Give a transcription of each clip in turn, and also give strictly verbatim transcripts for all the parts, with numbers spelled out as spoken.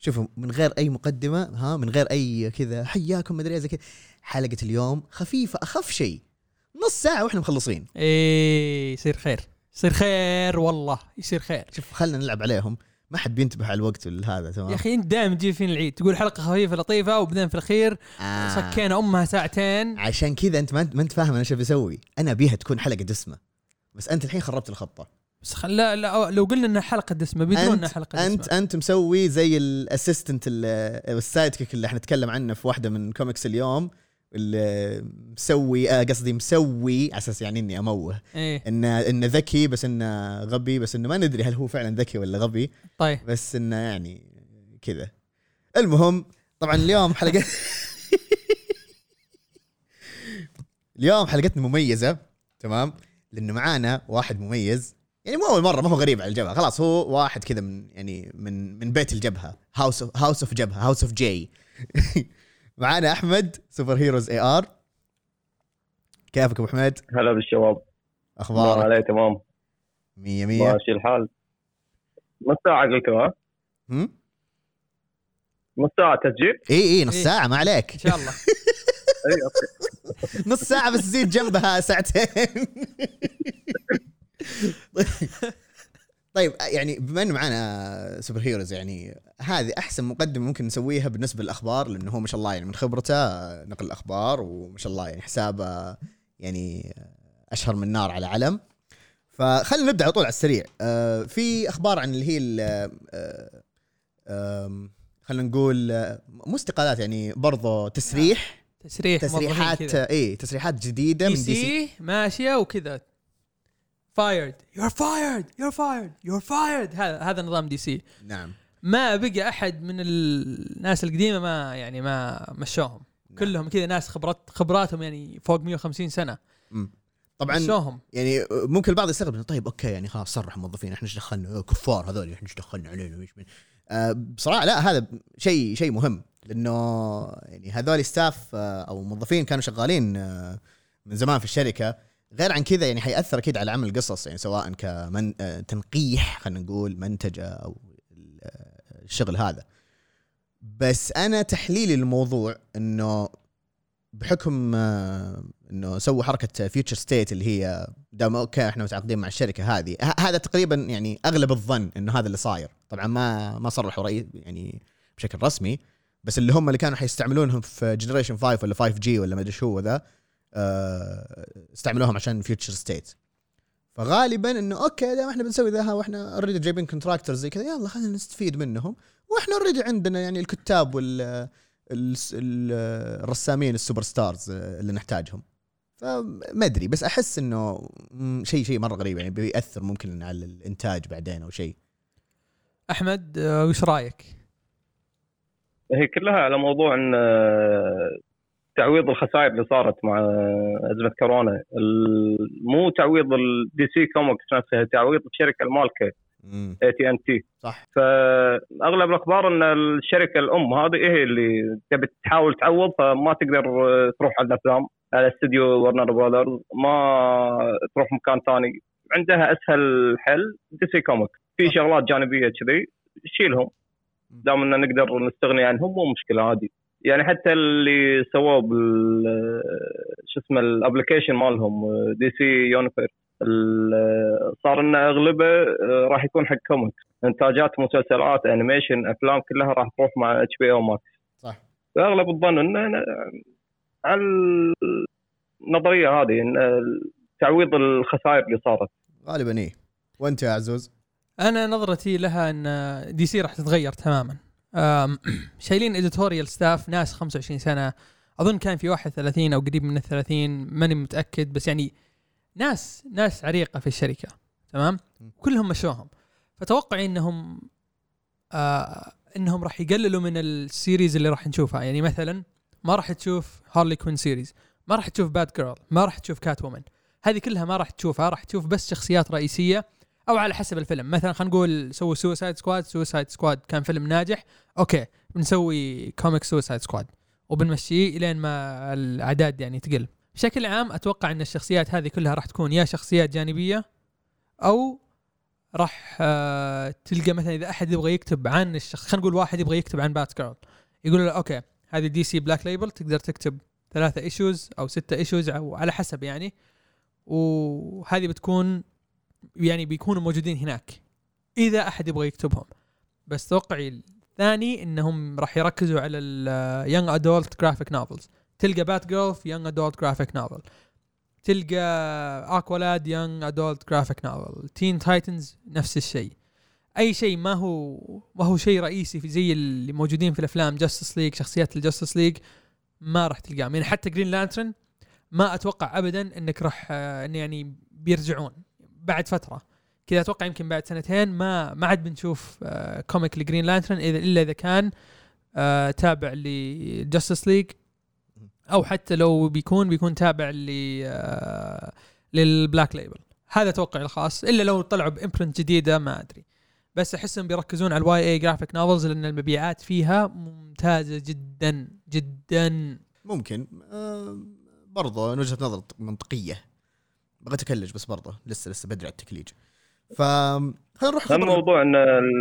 شوفوا من غير اي مقدمه، ها من غير اي كذا حياكم مدري زي كذا، حلقه اليوم خفيفه، اخف شيء نص ساعه واحنا مخلصين. ايه يصير خير، يصير خير والله يصير خير. شوف خلنا نلعب عليهم، ما حد بينتبه على الوقت ولا هذا. تمام يا اخي انت دائما تجيب فين العيد تقول حلقه خفيفه لطيفه وبعدين في الاخير آه. سكينا امها ساعتين. عشان كذا انت ما انت, ما انت فاهم انا ايش بسوي. انا بيها تكون حلقه دسمه، بس انت الحين خربت الخطه. بس خل... لا, لا لو قلنا انها حلقه دسمه بدون انها حلقه دسمه. انت انت مسوي زي الاسيستنت السايد كيك اللي احنا نتكلم عنه في واحده من كوميكس اليوم، اللي مسوي آه قصدي مسوي على اساس يعني اني اموه إيه؟ انه انه ذكي بس انه غبي، بس انه ما ندري هل هو فعلا ذكي ولا غبي. طيب بس انه يعني كذا. المهم طبعا اليوم حلقه اليوم حلقتنا مميزه، تمام، لانه معانا واحد مميز، يعني مو اول مره، ما هو غريب على الجبهه، خلاص هو واحد كذا من يعني من من بيت الجبهه، هاوس اوف هاوس اوف جبهه، هاوس اوف جي. معانا احمد سوبر هيروز اي ار. كيفك ابو حميد؟ هلا بالشباب، اخبارك؟ علي تمام مية مية ماشي الحال. نص ساعه قلتوا ها؟ هم نص ساعه تسجيل؟ اي اي نص ساعه ما عليك ان شاء الله. اي اوكي نص ساعه بس زيد جنبها ساعتين. طيب يعني بما انه معنا سوبر هيروز، يعني هذه احسن مقدمه ممكن نسويها بالنسبه للاخبار، لانه هو ما شاء الله يعني من خبرته نقل الاخبار، وما شاء الله يعني حسابه يعني اشهر من نار على علم. فخلينا نبدا على طول على السريع. آه في اخبار عن اللي هي آه آه خلينا نقول مو استقالات، يعني برضو تسريح تسريح تسريحات اي تسريحات جديده دي من دي سي ماشيه وكذا. fired you're fired you're fired you're fired هذا هذا نظام دي سي. نعم. ما بقى احد من الناس القديمه ما يعني ما مشوهم. نعم. كلهم كذا ناس خبرات خبراتهم يعني فوق مية وخمسين سنه. م. طبعا مشوهم. يعني ممكن البعض يستغرب انه طيب اوكي يعني خلاص صرح موظفين، احنا ايش دخلنا كفار هذول، احنا ايش دخلنا علينا ايش من أه بصراحه لا، هذا شيء شيء مهم، لانه يعني هذول ستاف او موظفين كانوا شغالين من زمان في الشركه. غير عن كذا يعني حيأثر اكيد على عمل القصص، يعني سواء كمن تنقيح خلينا نقول منتجه او الشغل هذا. بس انا تحليلي للموضوع انه بحكم انه سووا حركه فيوتشر ستيت اللي هي دام اوكي احنا متعاقدين مع الشركه هذه، هذا تقريبا يعني اغلب الظن انه هذا اللي صاير. طبعا ما ما صرحوا رأي يعني بشكل رسمي، بس اللي هم اللي كانوا حيستعملونهم في جنريشن خمسة ولا فايف جي ولا ما ادري شو ذا، استعملوهم عشان فيوتشر ستيت. فغالبا انه اوكي دام احنا بنسوي ذا واحنا اوريدي جايبين كونتراكتورز زي كذا، يلا خلينا نستفيد منهم، واحنا اوريدي عندنا يعني الكتاب وال الرسامين السوبر ستارز اللي نحتاجهم. فما ادري، بس احس انه شيء شيء مره غريب، يعني بيأثر ممكن على الانتاج بعدين او شيء. احمد وش رايك؟ هي كلها على موضوع ان تعويض الخسائر اللي صارت مع ازمه كورونا، مو تعويض الدي سي كوميكس نفسها، تعويض الشركه المالكه اي تي ان تي. صح. فاغلب الاخبار ان الشركه الام هذه هي اللي تبي تحاول تعوض، فما تقدر تروح على الافلام على استوديو ورنر براذرز، ما تروح مكان ثاني، عندها اسهل حل دي سي كوميكس. في شغلات جانبيه كذي شيلهم، دام ان نقدر نستغني عنهم مو مشكله عادي. يعني حتى اللي سووا بال شو اسمه الابلكيشن مالهم دي سي يونيفير، صار لنا اغلبه راح يكون حق كوميكس، انتاجات مسلسلات انيميشن افلام كلها راح تروح مع اتش بي او ماكس. صح. اغلب الظن ان على النظريه هذه ان تعويض الخسائر اللي صارت غالبا ايه. وانت يا عزوز؟ انا نظرتي لها ان دي سي راح تتغير تماما. شايلين اديتوريال ستاف ناس خمسة وعشرين سنه، اظن كان في واحد ثلاثين او قريب من الثلاثين، ماني متاكد، بس يعني ناس ناس عريقه في الشركه، تمام، كلهم مشوهم. فتوقعي انهم آه انهم راح يقللوا من السيريز اللي راح نشوفها. يعني مثلا ما راح تشوف هارلي كوين سيريز، ما راح تشوف باد جيرل، ما راح تشوف كات وومن، هذه كلها ما راح تشوفها. راح تشوف بس شخصيات رئيسيه او على حسب الفيلم. مثلا خلينا نقول سووا سوسايد سكواد، سوسايد سكواد كان فيلم ناجح، اوكي بنسوي كوميك سوسايد سكواد وبنمشيه الين ما الاعداد يعني تقل. بشكل عام اتوقع ان الشخصيات هذه كلها راح تكون يا شخصيات جانبيه او راح آه تلقى مثلا اذا احد يبغى يكتب عن الشخص، خلينا نقول واحد يبغى يكتب عن بات جيرل، يقول له اوكي هذه دي سي بلاك ليبل، تقدر تكتب ثلاثة ايشوز او ستة ايشوز او على حسب يعني، وهذه بتكون يعني بيكونوا موجودين هناك اذا احد يبغى يكتبهم. بس توقعي الثاني انهم راح يركزوا على اليونج ادولت جرافيك نوفلز، تلقى بات جيرل في يونج ادولت جرافيك نوفل، تلقى اكوالاد يونج ادولت جرافيك نوفل، تين تايتنز نفس الشيء. اي شيء ما هو ما هو شيء رئيسي في زي اللي موجودين في الافلام جاستس ليج، شخصيات الجاستس ليج ما راح تلقاهم يعني. حتى جرين لانترن ما اتوقع ابدا انك راح ان يعني بيرجعون بعد فتره كذا، اتوقع يمكن بعد سنتين ما ما عاد بنشوف آه كوميك لجرين لانترن اذا الا اذا كان آه تابع لجاستس ليج، او حتى لو بيكون بيكون تابع ل آه للبلاك ليبل. هذا توقعي الخاص، الا لو طلعوا بامبرنت جديده ما ادري. بس احسهم بيركزون على الواي اي جرافيك نوفلز لان المبيعات فيها ممتازه جدا جدا. ممكن أه برضه وجهه نظر منطقيه، بغيت اكلج بس برضه لسه لسه بدري على التكليج. ف خلينا نروح خبر الموضوع ان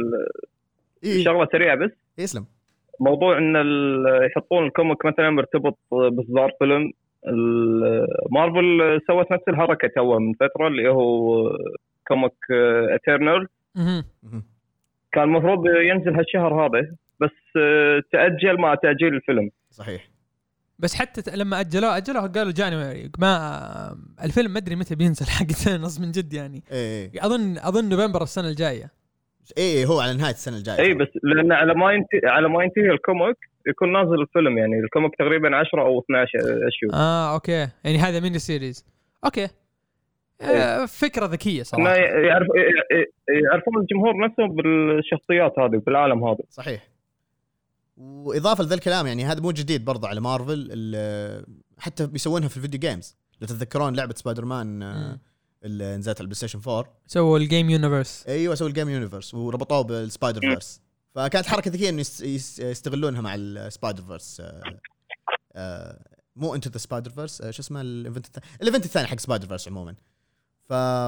إيه؟ شغله سريعه بس يسلم. موضوع ان يحطون الكوميك مثلا مرتبط باصدار فيلم. مارفل سوت نفس الحركه تو من فتره اللي هو كوميك اترنال، كان المفروض ينزل هالشهر هذا بس تاجل مع تاجيل الفيلم. صحيح، بس حتى لما اجلوه اجلوه قالوا جانوري ما الفيلم ما ادري متى بينزل حق نص من جد يعني. إيه. اظن اظن نوفمبر السنه الجايه. ايه هو على نهايه السنه الجايه. اي بس لان على ما ينتهي على ما ينتهي الكوميك يكون نازل الفيلم يعني. الكوميك تقريبا عشرة او اثنا عشر اشيو. اه اوكي يعني هذا ميني سيريز. اوكي آه فكره ذكيه صراحه. يعرف يعرفون الجمهور نفسه بالشخصيات هذه بالعالم هذا. صحيح. واضافه لذا الكلام يعني هذا مو جديد برضه على مارفل، حتى بيسوونها في الفيديو جيمز. لو تتذكرون لعبه سبايدر مان اللي نزلت على البلاي ستيشن فور، سووا الجيم يونيفرس. ايوه سووا الجيم يونيفرس وربطوه بالسبايدر فيرس، فكانت حركه ذكيه انه يستغلونها مع السبايدر فيرس. مو انتو ذا سبايدر فيرس، شو اسمه الايفنت الثاني الايفنت الثاني حق سبايدر فيرس عموما. ف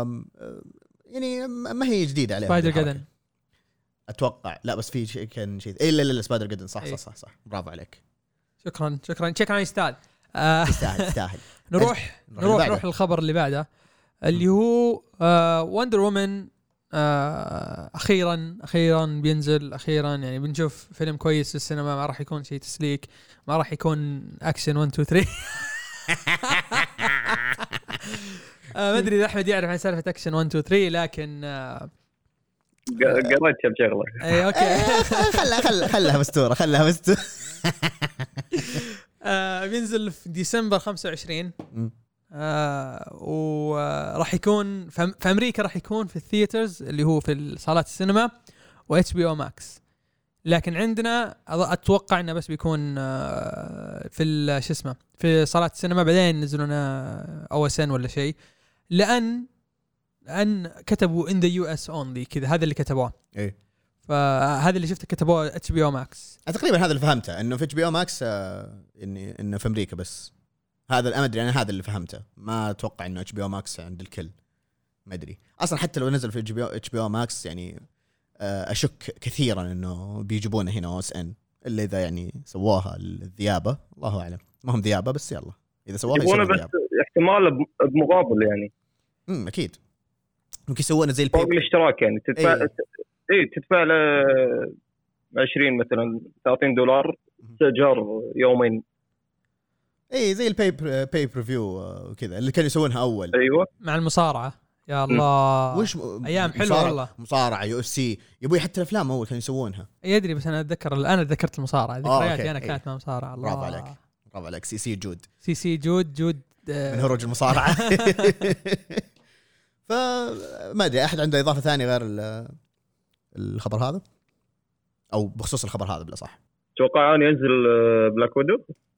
يعني ما هي جديده عليها سبايدر جدن اتوقع. لا بس في شيء كان شيء الا لا سبايدر جدن. صح صح صح صح برافو عليك. شكرا شكرا شكرا يستاهل يستاهل يستاهل. نروح نروح نروح للخبر اللي بعده اللي هو وندر وومن. اخيرا اخيرا بينزل اخيرا يعني بنشوف فيلم كويس في السينما. ما راح يكون شيء تسليك، ما راح يكون اكشن واحد اثنين ثلاثة. ما ادري اذا احمد يعرف عن سالفه اكشن واحد اثنين ثلاثة لكن قريت بشغله. اي اوكي خلها خلها خلها مستوره خلها مستوره. بينزل في ديسمبر خمسة وعشرين. آه وراح يكون في أمريكا، راح يكون في الثياترز اللي هو في صالات السينما و إتش بي أو ماكس. لكن عندنا أتوقع إنه بس بيكون آه في شو اسمه في صالات السينما، بعدين ينزلونه أو إس إن ولا شيء، لأن لأن كتبوا in the يو إس only كذا. هذا اللي كتبوه. إيه. فهذا اللي شفته كتبوه إتش بي أو ماكس. تقريبا هذا اللي فهمته إنه في إتش بي أو ماكس آه إني إنه في أمريكا بس. هذا الأمر يعني هذا اللي فهمته. ما أتوقع إنه إتش بي أو ماكس عند الكل. ما أدري أصلاً حتى لو نزل في إتش بي أو ماكس يعني أشك كثيراً إنه بيجيبونه هنا أو إس إن إلا إذا يعني سواها الذيابة. الله أعلم ما هم ذيابة بس يلا إذا سواها يسوونه بس احتمال بمقابل يعني. أمم أكيد ممكن يسوونه زي البيب الاشتراك يعني تدفع إيه, إيه تدفع له عشرين مثلاً ثلاثين دولار تأجر يومين. ايه زي البي باي بريفيو وكذا اللي كانوا يسوونها اول. ايوه مع المصارعه يا الله. وش ايام حلوه والله. مصارعه يو اف سي يبوي حتى الافلام اول كانوا يسوونها. يدري بس انا اتذكر الان ذكرت المصارعه ذكرياتي انا كانت مع مصارعه. برافو عليك برافو عليك. سي سي جود سي سي جود جود من هروج المصارعه. فما ادري احد عنده اضافه ثانيه غير الخبر هذا او بخصوص الخبر هذا بلا صح؟ توقع ان ينزل بلاك ويدو.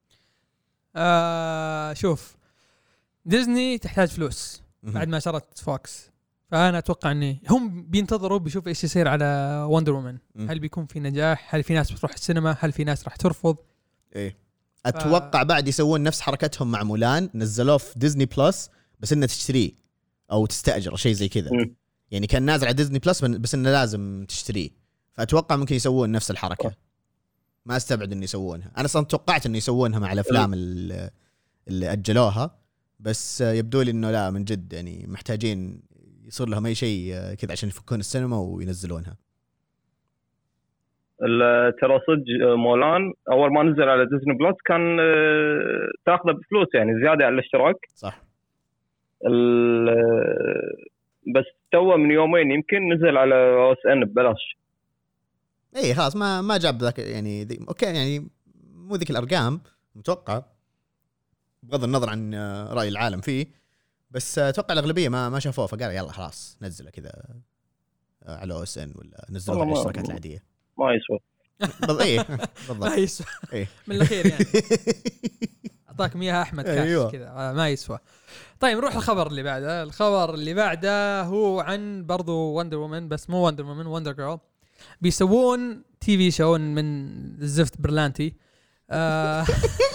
آه شوف ديزني تحتاج فلوس بعد ما شرت فوكس، فأنا أتوقع أني هم بينتظروا بيشوف إيش يصير على وندر وومن. هل بيكون في نجاح؟ هل في ناس بتروح السينما؟ هل في ناس راح ترفض؟ إيه أتوقع ف... بعد يسوون نفس حركتهم مع مولان، نزلوه في ديزني بلس بس إنه تشتريه أو تستأجر شيء زي كذا. يعني كان نازل على ديزني بلس بس انه لازم تشتريه. فاتوقع ممكن يسوون نفس الحركه. ما استبعد ان يسوونها. انا اصلا توقعت ان يسوونها مع الافلام اللي اجلوها، بس يبدو لي انه لا، من جد يعني محتاجين يصير لهم اي شيء كذا عشان يفكون السينما وينزلونها. ترى صدق مولان اول ما نزل على ديزني بلس كان تاخذه بفلوس يعني زياده على الاشتراك. صح. بس تو من يومين يمكن نزل على او اس ان ببلاش. اي خلاص ما ما جاب ذاك يعني دي. اوكي يعني مو ذيك الارقام متوقع بغض النظر عن راي العالم فيه، بس اتوقع الاغلبيه ما ما شافوه فقال يلا خلاص نزله كذا على او اس ان ولا نزلوه على الاشتراكات العاديه. ما يسوى. بالضبط. ايه بالضبط. ما يسوى. إيه. من الاخير يعني اعطاكم اياها احمد كاش. أيوة. كذا ما يسوى. طيب نروح الخبر اللي بعده. الخبر اللي بعده هو عن برضو وندر وومن، بس مو وندر وومن، وندر جيرل. بيسوون تي في شو من الزفت برلانتي. آه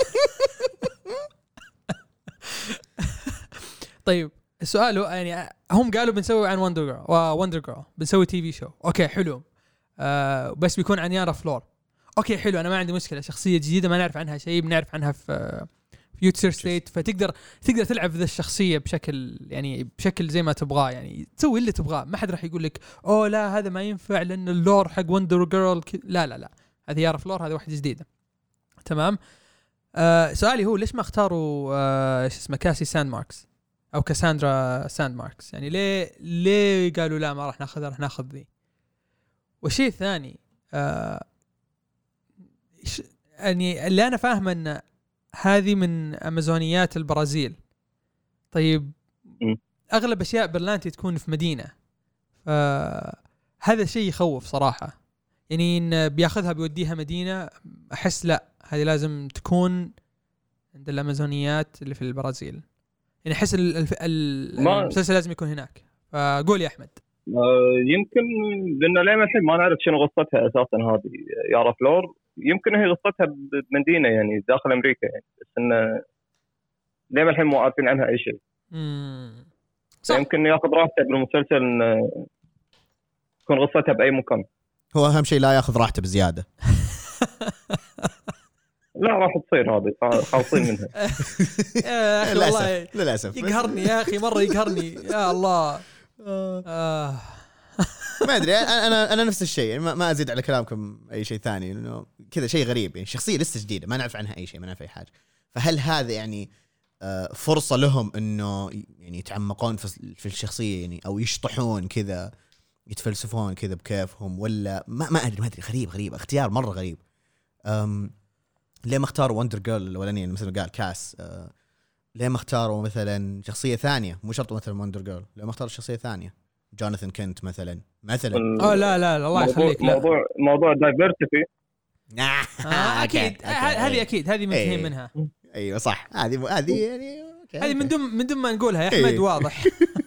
طيب السؤال هو يعني هم قالوا بنسوي عن وندر جيرل ووندر جيرل بنسوي تي في شو. اوكي حلو. آه بس بيكون عن يارا فلور. اوكي حلو، انا ما عندي مشكله. شخصيه جديده ما نعرف عنها شيء، بنعرف عنها في فيوتشر ستيت، فتقدر تقدر تلعب ذا الشخصيه بشكل يعني بشكل زي ما تبغاه، يعني تسوي اللي تبغاه. ما حد راح يقول لك اوه لا هذا ما ينفع لان اللور حق وندر جيرل ك... لا لا لا هذه يارا فلور، هذه واحده جديده. تمام. آه سؤالي هو ليش ما اختاروا آه ايش اسمه كاسي ساند ماركس او كاساندرا ساند ماركس؟ يعني ليه ليه قالوا لا ما راح ناخذها، راح ناخذ ذي. والشيء الثاني آه يعني اللي انا فاهم ان هذه من امازونيات البرازيل. طيب اغلب اشياء برلانتي تكون في مدينه، فهذا شيء يخوف صراحه. يعني إن بياخذها بيوديها مدينه، احس لا هذه لازم تكون عند الامازونيات اللي في البرازيل. يعني احس المسلسل لازم يكون هناك. فقول يا احمد. يمكن لأن لين الحين ما نعرف شنو قصتها أساسا هذه يارا فلور. يمكن هي قصتها بمدينة يعني داخل أمريكا يعني، بس إنه لين الحين مو عارفين عنها أي شيء. يمكن ياخذ راحته بالمسلسل إن تكون قصتها بأي مكان. هو أهم شيء لا ياخذ راحته بزيادة. لا راح تصير هذه خالصين منها. يا أخي والله للأسف يقهرني يا أخي مرة يقهرني يا الله. آه. ما أدري أنا أنا نفس الشيء يعني ما أزيد على كلامكم أي شيء ثاني، إنه كذا شيء غريب يعني شخصية لسه جديدة ما نعرف عنها أي شيء، ما نعرف أي حاجة. فهل هذا يعني فرصة لهم إنه يعني يتعمقون في الشخصية يعني أو يشطحون كذا يتفلسفون كذا بكيفهم، ولا ما ما أدري ما أدري غريب غريب اختيار مرة غريب. أم ليه ما اختاروا وندر جيرل الأولانية مثل قال كاس؟ أه ليه ما اختاروا مثلا شخصية ثانية مو شرط مثلا وندر جيرل؟ ليه ما اختاروا شخصية ثانية جوناثان كنت مثلا مثلا اه لا لا الله يخليك. موضوع موضوع دايفرسيتي آه اكيد هذه اكيد هذه منتهين منها. ايوه صح هذه هذه يعني هذه من دون من دون ما نقولها يا احمد واضح.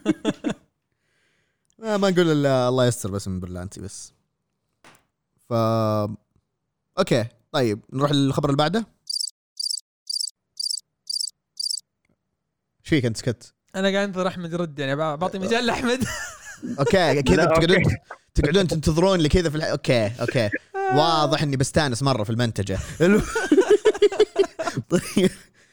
ما ما نقول الله يستر بس من برلانتي بس. ف اوكي طيب نروح للخبر اللي بعده. شو كنت سكت؟ انا قاعد انتظر احمد يرد يعني بعطي مجال لاحمد. اوكي كذا تقعدون تقعدون تنتظرون لي كذا في الح... اوكي اوكي واضح اني بستانس مره في المنتجه. طيب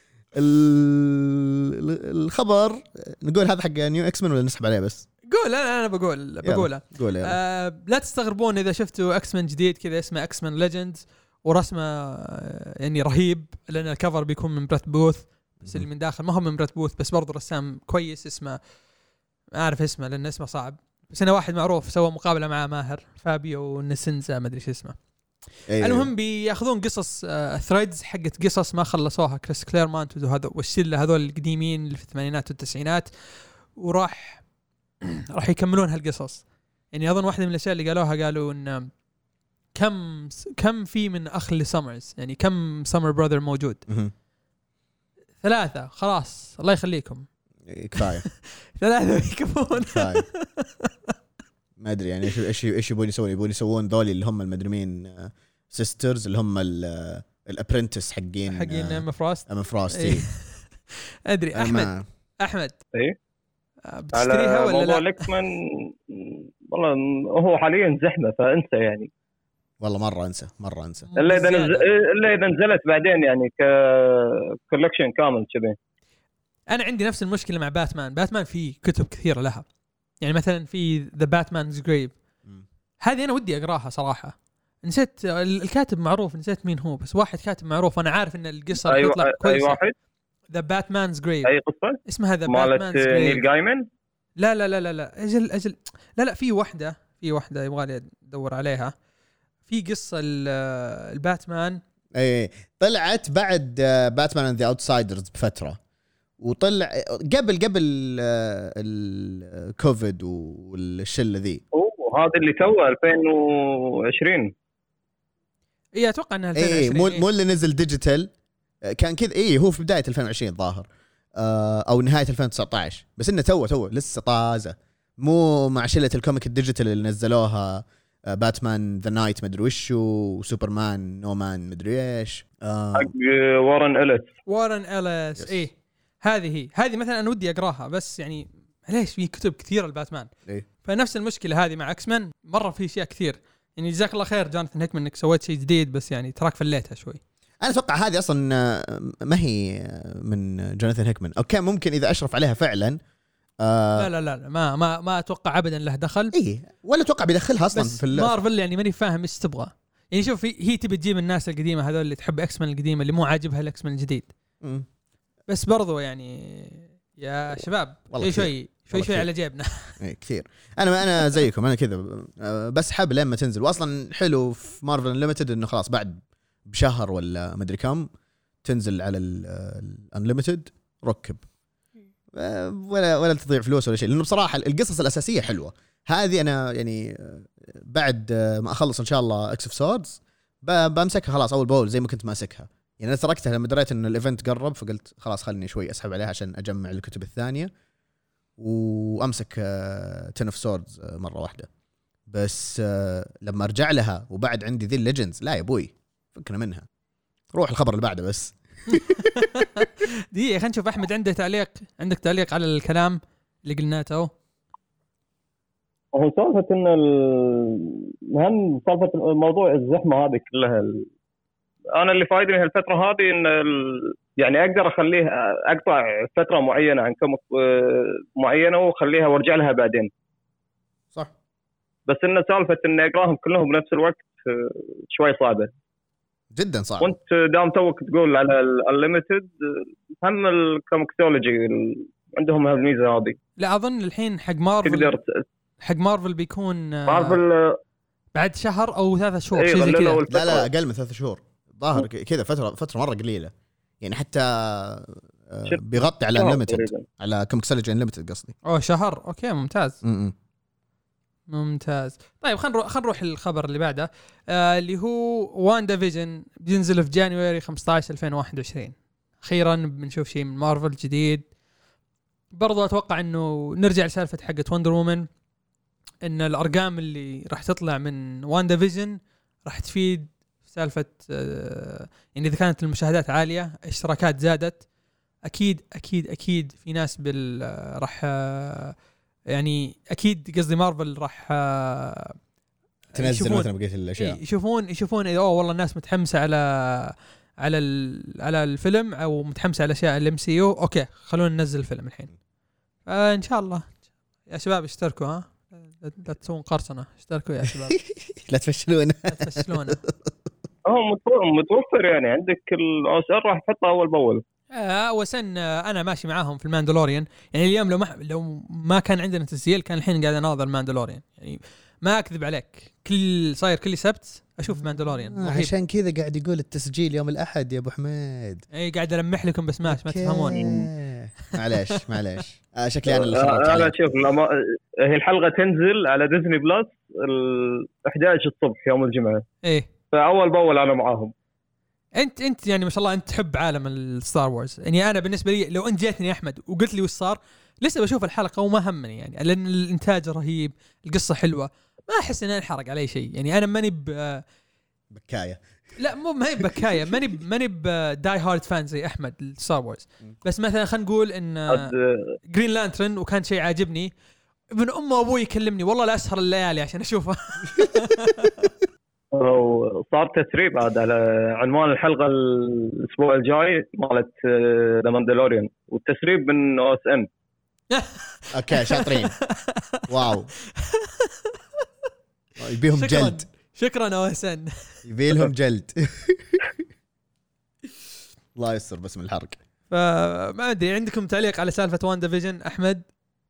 الخبر نقول هذا حق نيو اكس مان ولا نسحب عليه بس؟ قول. انا انا بقول بقوله. آه لا تستغربون اذا شفتوا اكس مان جديد كذا اسمه اكس مان ليجندز ورسمه يعني رهيب، لان الكفر بيكون من بريت بوث بس اللي من داخل ما هو من بريت بوث، بس برضو رسام كويس اسمه ما اعرف اسمه لان اسمه صعب، بس انا واحد معروف سوى مقابله مع ماهر فابيو نسنزا ما ادري ايش اسمه. أيوه. المهم بياخذون قصص آه ثريدز حقت قصص ما خلصوها كريس كليرمونت وهذا والشله هذول القديمين اللي في الثمانينات والتسعينات، وراح راح يكملون هالقصص. يعني اظن واحده من الاشياء اللي قالوها قالوا ان كم كم في من اخ لسمرز، يعني كم سمر براذر موجود. ثلاثه خلاص الله يخليكم كفايه. ثلاثه يكفون. ما ادري يعني ايش ايش ايش يبون يسوون يبون يسوون ذولي اللي هم المدرمين سيسترز اللي هم الابرنتس حقين حقين ام فروست ام فروست. ادري احمد احمد ايه بتشتريها ولا موضوع لا؟ لكمان والله هو حاليا زحمه فانسى يعني. والله مره انسى مره انسى الا اذا نزل... الا اذا نزلت بعدين يعني ك كولكشن كامل كذا. انا عندي نفس المشكله مع باتمان. باتمان في كتب كثيره لها، يعني مثلا في ذا باتمانز جريف، هذه انا ودي اقراها صراحه. نسيت الكاتب معروف، نسيت مين هو، بس واحد كاتب معروف انا عارف ان القصه أيوة تطلع كويسه. اي واحد؟ ذا باتمانز جريف. اي قصه اسمها ذا مالت باتمانز نيل جريف. جايمن؟ لا لا لا لا لا اجل اجل لا لا في واحده في واحده يبغى لي ادور عليها. في قصه الباتمان اي طلعت بعد باتمان اند ذا اوتسايدرز بفتره، وطلع قبل قبل الكوفيد والشله ذي. اوه هذا اللي تو ألفين وعشرين. اي اتوقع انها ألفين وعشرين. اي مو مو اللي نزل ديجيتال كان كذا. اي هو في بدايه ألفين وعشرين ظاهر او نهايه ألفين وتسعة عشر، بس انه تو تو لسه طازه، مو مع شله الكوميك الديجيتال اللي نزلوها باتمان ذا نايت مدري وش وسوبرمان نو مان مدري ايش. حق وارن إليس. وارن إليس ايه هذه هي هذه مثلا انا ودي اقراها، بس يعني ليش في كتب كثيره الباتمان. إيه؟ فنفس المشكله هذه مع اكس مان، مره في اشياء كثير. يعني جزاك الله خير جوناثان هيكمان انك سويت شيء جديد، بس يعني تراك فليتها شوي. انا اتوقع هذه اصلا ما هي من جوناثان هيكمان، او كان ممكن اذا اشرف عليها فعلا. آه لا لا لا ما ما ما اتوقع ابدا له دخل. ايه ولا اتوقع بيدخلها اصلا بس في مارفل. يعني ماني فاهم ايش تبغى. يعني شوف هي تبي تجيب الناس القديمه هذول اللي تحب اكس مان القديمه اللي مو عاجبها الاكس مان الجديد. م. بس برضو يعني يا شباب شوي شوي شوي شوي على جيبنا. ايه كثير. انا انا زيكم انا كذا، بس حاب لما تنزل. واصلا حلو في مارفل انليمتد انه خلاص بعد بشهر ولا مدري كم تنزل على الانليمتد، ركب ولا ولا تضيع فلوس ولا شيء، لانه بصراحه القصص الاساسيه حلوه. هذه انا يعني بعد ما اخلص ان شاء الله اكس اوف سوردز بمسكها خلاص اول باول زي ما كنت ماسكها. يعني انا تركتها لما دريت ان الايفنت قرب، فقلت خلاص خلني شوي اسحب عليها عشان اجمع الكتب الثانيه وامسك تن اوف سوردز مره واحده. بس لما ارجع لها وبعد عندي ذي الليجندز، لا يا ابوي فكنا منها، روح الخبر اللي بعده بس. دي خلينا نشوف احمد عنده تعليق. عندك تعليق على الكلام اللي قلناه تو؟ هو سالفه ان المهم سالفه الموضوع الزحمه هذه كلها ال... انا اللي فايدني هالفتره هذه ان ال... يعني اقدر اخليه اقطع فتره معينه عن كم معينه واخليها وارجع لها بعدين. صح. بس ان سالفه ان اقراهم كلهم بنفس الوقت شوي صعبه جدا صعب. وانت دام توك تقول على الانليمتد، هم الكوميكسولوجي عندهم هالميزه هذه. لا اظن الحين حق مارفل حق مارفل بيكون مارفل بعد شهر او ثلاثة شهور إيه شيء زي كذا. لا لا اقل من ثلاثة شهور ظاهر كذا، فتره فتره مره قليله يعني، حتى بيغطي على انليمتد، على كوميكسولوجي انليمتد قصدي. اوه شهر، اوكي ممتاز. م-م. ممتاز. طيب خلينا نروح خلينا نروح للخبر اللي بعده، آه اللي هو واندا فيجن بينزل في جانيوري خمسة عشر ألفين وواحد وعشرين. اخيرا بنشوف شيء من مارفل جديد. برضو اتوقع انه نرجع لسالفه حقه وندر وومن، ان الارقام اللي راح تطلع من واندا فيجن راح تفيد سالفه آه يعني اذا كانت المشاهدات عاليه، اشتراكات زادت، اكيد اكيد اكيد في ناس بال آه راح آه يعني اكيد قصدي مارفل راح آه تنزل مثلا بقيه الاشياء، يشوفون يشوفون اذا اوه والله الناس متحمسه على على على الفيلم او متحمسه على اشياء الام سي يو، اوكي خلونا ننزل الفيلم الحين. آه ان شاء الله يا شباب اشتركوا، ها لا تسوون قرصنه، اشتركوا يا شباب. لا تفشلونا لا تفشلونا. هو متوفر يعني عندك الاو اس ار راح تحطه اول باول. آه وسن آه انا ماشي معاهم في الماندلوريان يعني. اليوم لو ما لو ما كان عندنا تسجيل كان الحين قاعد اناظر الماندلوريان يعني، ما اكذب عليك. كل صاير كل سبت اشوف ماندلوريان. آه عشان كذا قاعد يقول التسجيل يوم الاحد يا ابو حميد. اي قاعد المح لكم بس ماش ما تفهمون. معليش معليش آه شكلي انا اللي خربت عليك. انا شوف لما هي الحلقه تنزل على ديزني بلس الأحد عشر الصبح يوم الجمعه، ايه فاول باول انا معاهم. انت انت يعني ما شاء الله انت تحب عالم الستار وورز. يعني انا بالنسبه لي لو انت جيتني يا احمد وقلت لي وش صار لسه بشوف الحلقه وما همني يعني، لان الانتاج رهيب، القصه حلوه، ما احس ان انا انحرق علي شيء يعني. انا ماني ب بكايه. لا مو ما هي بكايه، ماني ماني بداي هارد فان زي احمد ستار وورز، بس مثلا خلينا نقول ان جرين لانترن وكان شيء عاجبني، ابن امه وابوي يكلمني والله لا اسهر الليالي عشان اشوفه. وصار تسريب هذا على عنوان الحلقه الاسبوع الجاي مالت ذا ماندلوريان، والتسريب من او اس ان. اوكي شاطرين. واو يبيهم جلد. شكرا او اس ان، يبيلهم جلد. الله يستر بس من الحرق. فما ادري عندكم تعليق على سالفه وان ديفيجن احمد؟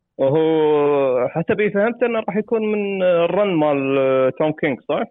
وهو حسب فهمت انه راح يكون من الرن مال توم كينج صح؟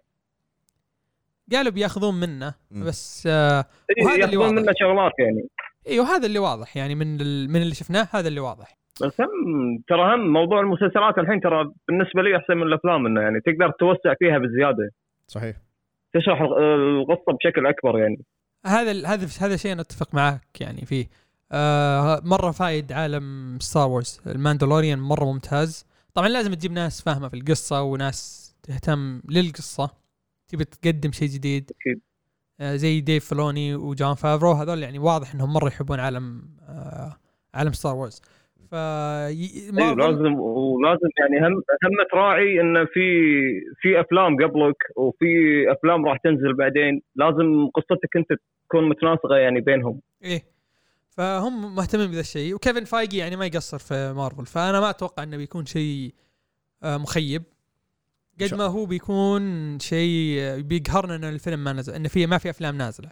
قالوا بياخذون منه بس آه وهذا اللي واضح منه شغلات يعني. ايوه هذا اللي واضح يعني من من اللي شفناه هذا اللي واضح. بس هم ترى هم موضوع المسلسلات الحين ترى بالنسبه لي احسن من الافلام، انه يعني تقدر توسع فيها بزياده. صحيح. تشرح القصه بشكل اكبر يعني. هذا هذا هذا شيء نتفق معك يعني فيه. آه مره فايد عالم ستار وورز الماندلوريان مره ممتاز. طبعا لازم تجيب ناس فاهمه في القصه وناس تهتم للقصه، تبي تقدم شيء جديد أكيد. آه زي ديف فلوني وجون فافرو، هذول يعني واضح انهم مره يحبون عالم آه عالم ستار وورز. ف أيوة لازم ولازم يعني هم هم تراعي ان في في افلام قبلك وفي افلام راح تنزل بعدين، لازم قصتك انت تكون متناسقه يعني بينهم. ايه فهم مهتمين بهذا الشيء، وكيفن فايجي يعني ما يقصر في مارفل، فانا ما اتوقع انه بيكون شيء مخيب قد ما هو بيكون شيء بيقهرنا ان الفيلم ما نزل، ان في ما في افلام نازله.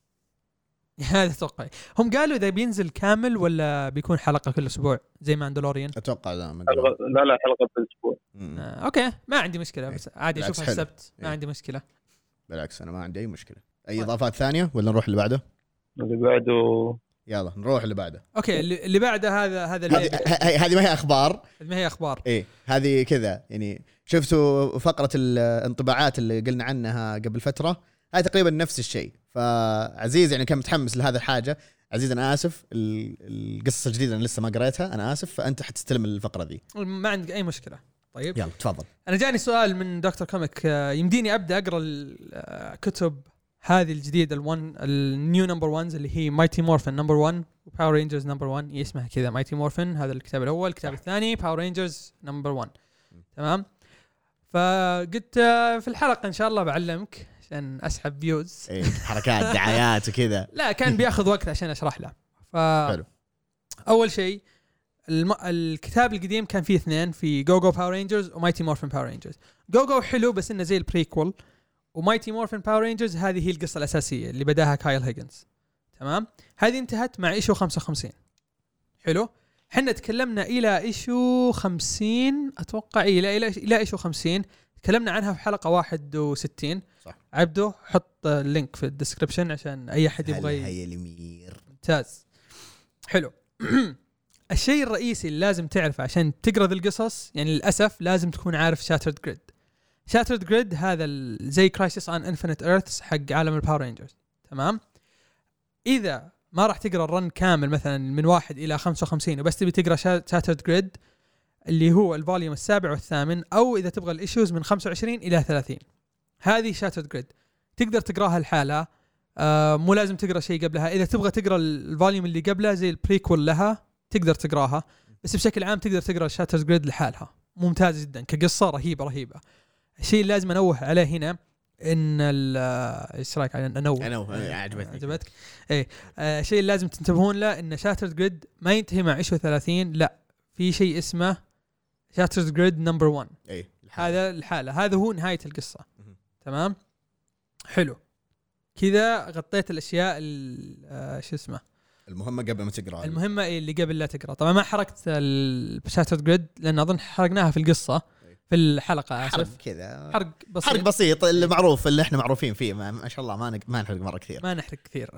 هذا اتوقع. هم قالوا اذا بينزل كامل ولا بيكون حلقه كل اسبوع زي ماندلوريان؟ اتوقع لا لا لا حلقه كل اسبوع. آه، اوكي ما عندي مشكله، بس عادي اشوفها السبت ما عندي مشكله. بالعكس انا ما عندي اي مشكله. اي اضافات ثانيه ولا نروح اللي بعده؟ اللي بعده يلا نروح اللي بعده. اوكي اللي بعده هذا هذا هذه ما هي اخبار، ما هي اخبار ايه هذه كذا يعني. شفتوا فقره الانطباعات اللي قلنا عنها قبل فتره؟ هاي تقريبا نفس الشيء. فعزيز يعني كان متحمس لهذا الحاجه. عزيز انا اسف القصه الجديده انا لسه ما قريتها، انا اسف، فانت حتستلم الفقره دي. ما عندك اي مشكله. طيب يلا تفضل. انا جاني سؤال من دكتور كوميك، يمديني ابدا اقرا الكتب هذه الجديده الون النيو نمبر وانز اللي هي مايتي مورفن نمبر واحد وباور رينجرز نمبر واحد، اسمها كذا مايتي مورفن، هذا الكتاب الاول. الكتاب الثاني باور رينجرز نمبر واحد. تمام. فقلت في الحلقه ان شاء الله بعلمك عشان اسحب فيوز. ايه حركات دعايات وكذا. لا كان بياخذ وقت عشان اشرح له. ف اول شيء الم... الكتاب القديم كان فيه اثنين، في جو جو باور رينجرز ومايتي مورفن باور رينجرز. جو جو حلو بس انه زي البريكول، ومايتي مورفن باور رينجرز هذه هي القصه الاساسيه اللي بداها كايل هيجنز. تمام. هذه انتهت مع ايشو خمسة وخمسين. حلو. حنا تكلمنا الى ايشو خمسين اتوقع، الى الى الى ايشو خمسين تكلمنا عنها في حلقه واحد وستين. صح. عبده حط اللينك في الديسكريبشن عشان اي احد يبغى. هي المير. ممتاز. حلو. الشيء الرئيسي اللي لازم تعرفه عشان تقرا ذي القصص، يعني للاسف لازم تكون عارف شاترد جريد. شاترد جريد هذا زي كرايسيس آن انفينيت ايرث حق عالم الباور رينجرز. تمام. اذا ما راح تقرا الرن كامل مثلا من واحد الى خمسة وخمسين وبس تبي تقرا شاترد جريد اللي هو الفوليوم السابع والثامن، او اذا تبغى الايشوز من خمسة وعشرين الى ثلاثين، هذه شاترد جريد تقدر تقراها لحالها. آه مو لازم تقرا شيء قبلها. اذا تبغى تقرا الفوليوم اللي قبلها زي البريكول لها تقدر تقراها، بس بشكل عام تقدر تقرا شاترد جريد لحالها. ممتاز جدا كقصه، رهيبه رهيبه. الشيء اللي لازم انوه عليه هنا ان ايش رايك على انوه انوه عجبتني عجبتك ايه آه الشيء اللي لازم تنتبهون له ان شاترد جريد ما ينتهي مع ايشو ثلاثين، لا في شيء اسمه شاترد جريد نمبر واحد. ايه هذا الحاله، هذا هو نهايه القصه. تمام. حلو كذا غطيت الاشياء شو اسمه المهمه قبل ما تقرا. المهمه إيه اللي قبل لا تقرا. طبعا ما حركت الشاترد جريد لان اظن حرقناها في القصه في الحلقه. اسف كذا حرق بسيط، حرق بسيط اللي معروف اللي احنا معروفين فيه. ما شاء الله ما ما نحرق مره كثير، ما نحرق كثير.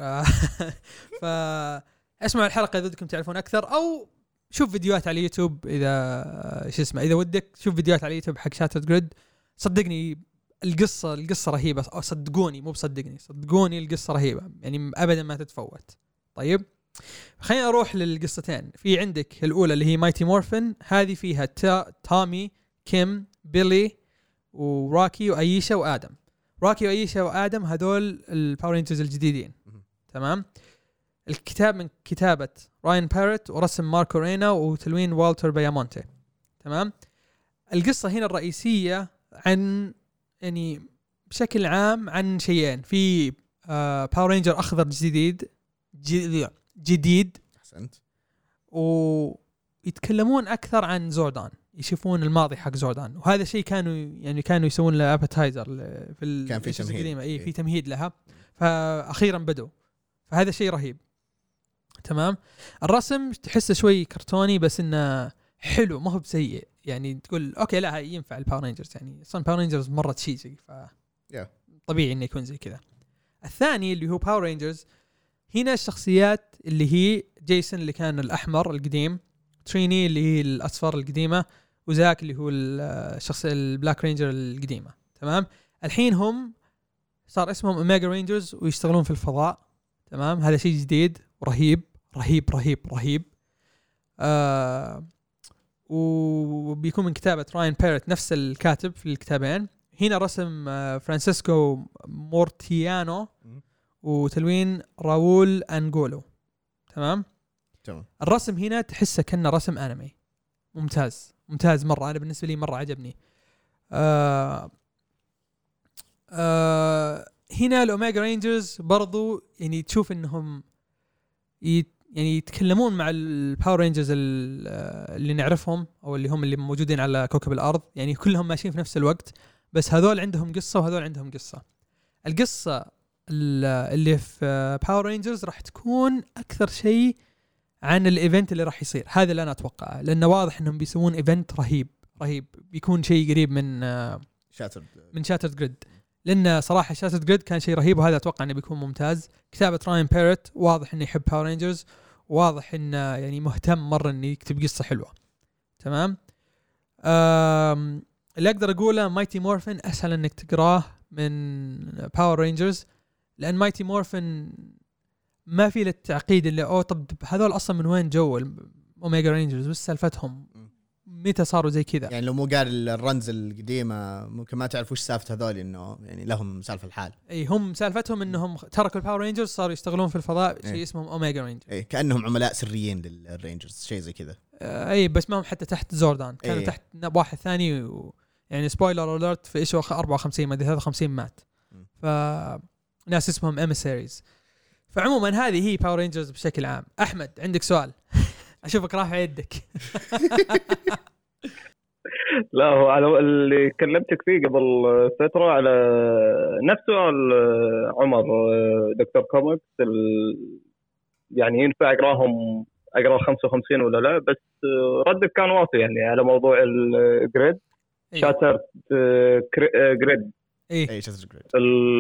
ف اسمعوا الحلقه اذا بدكم تعرفون اكثر، او شوف فيديوهات على اليوتيوب اذا شو اسمه اذا ودك شوف فيديوهات على اليوتيوب حق شاترد جريد. صدقني القصه القصه رهيبه، او صدقوني مو بصدقني صدقوني القصه رهيبه يعني ابدا ما تتفوت. طيب خلينا نروح للقصتين. في عندك الاولى اللي هي مايتي مورفن، هذه فيها تا... تامي كيم بيلي وراكي وايشا وادم. روكي وايشا وادم هذول الباور رينجرز الجديدين. تمام. الكتاب من كتابه راين باريت ورسم ماركو رينا وتلوين والتر بيامونتي. تمام. القصه هنا الرئيسيه عن يعني بشكل عام عن شيئين. في آه باور رينجر اخضر جديد جديد, جديد. احسنت. ويتكلمون اكثر عن زوردان، يشوفون الماضي حق زوردان، وهذا شيء كانوا يعني كانوا يسوون له ابيتايزر في كان في تمهيد. القديمه اي في تمهيد لها، فاخيرا بدوا، فهذا شيء رهيب. تمام. الرسم تحسه شوي كرتوني بس انه حلو، ما هو بسيء يعني تقول اوكي لا ينفع الباور رينجرز، يعني اصلا باور رينجرز مره تشيزي ف yeah. طبيعي انه يكون زي كذا. الثاني اللي هو باور رينجرز، هنا الشخصيات اللي هي جيسون اللي كان الاحمر القديم، تريني اللي هي الاصفر القديمه، وزاك اللي هو الشخص البلاك رينجر القديمه. تمام. الحين هم صار اسمهم اوميجا رينجرز ويشتغلون في الفضاء. تمام. هذا شيء جديد ورهيب رهيب رهيب رهيب. آه وبيكون من كتابة راين بيرت نفس الكاتب في الكتابين. هنا رسم آه فرانسيسكو مورتيانو وتلوين راول أنغولو. تمام. تمام. الرسم هنا تحسه كأنه رسم أنمي ممتاز ممتاز مرة، أنا بالنسبة لي مرة عجبني. آه آه هنا الأوميجا رينجرز برضو يعني تشوف إنهم يت يعني يتكلمون مع الباور رينجرز اللي نعرفهم او اللي هم اللي موجودين على كوكب الارض، يعني كلهم ماشيين في نفس الوقت، بس هذول عندهم قصه وهذول عندهم قصه. القصه اللي في باور رينجرز راح تكون اكثر شيء عن الايفنت اللي راح يصير، هذا اللي انا اتوقعه، لانه واضح انهم بيسوون ايفنت رهيب رهيب، بيكون شيء قريب من شاترد من شاترد جريد، لأن صراحة شاترد جريد كان شيء رهيب، وهذا أتوقع إنه بيكون ممتاز. كتابة راين بيرت واضح إنه يحب باور رينجرز، واضح إنه يعني مهتم مرة إنه يكتب قصة حلوة. تمام. اللي أقدر أقوله مايتي مورفين أسهل إنك تقراه من باور رينجرز، لأن مايتي مورفين ما في للتعقيد اللي أو طب هذول أصلا من وين جو أوميجا رينجرز وش سالفتهم، متى صاروا زي كذا. يعني لو مو قال الرنز القديمه ممكن ما تعرف وش سالفه هذول، انه يعني لهم سالفه الحال. اي هم سالفتهم انهم تركوا الباور رينجرز صاروا يشتغلون في الفضاء، شيء إيه. اسمهم اوميجا رينجر. اي كانهم عملاء سريين للرينجرز شيء زي كذا. اي بس ما هم حتى تحت زوردان، كانوا إيه. تحت واحد ثاني و... يعني سبويلر اليرت في ايشو أربعة وخمسين ما ادري ثلاثة وخمسين مات. ف ناس اسمهم امسيريز. فعموما هذه هي باور رينجرز بشكل عام. احمد عندك سؤال؟ اشوفك رافع يدك. لا هو على اللي كلمتك فيه قبل فترة على نفس سؤال عمر دكتور كوميكس، يعني ينفع أقراهم أقرأ خمسة وخمسين ولا لا، بس ردك كان واطي يعني على موضوع الجريد. إيه. شاتر جريد ايه اي شاتر جريد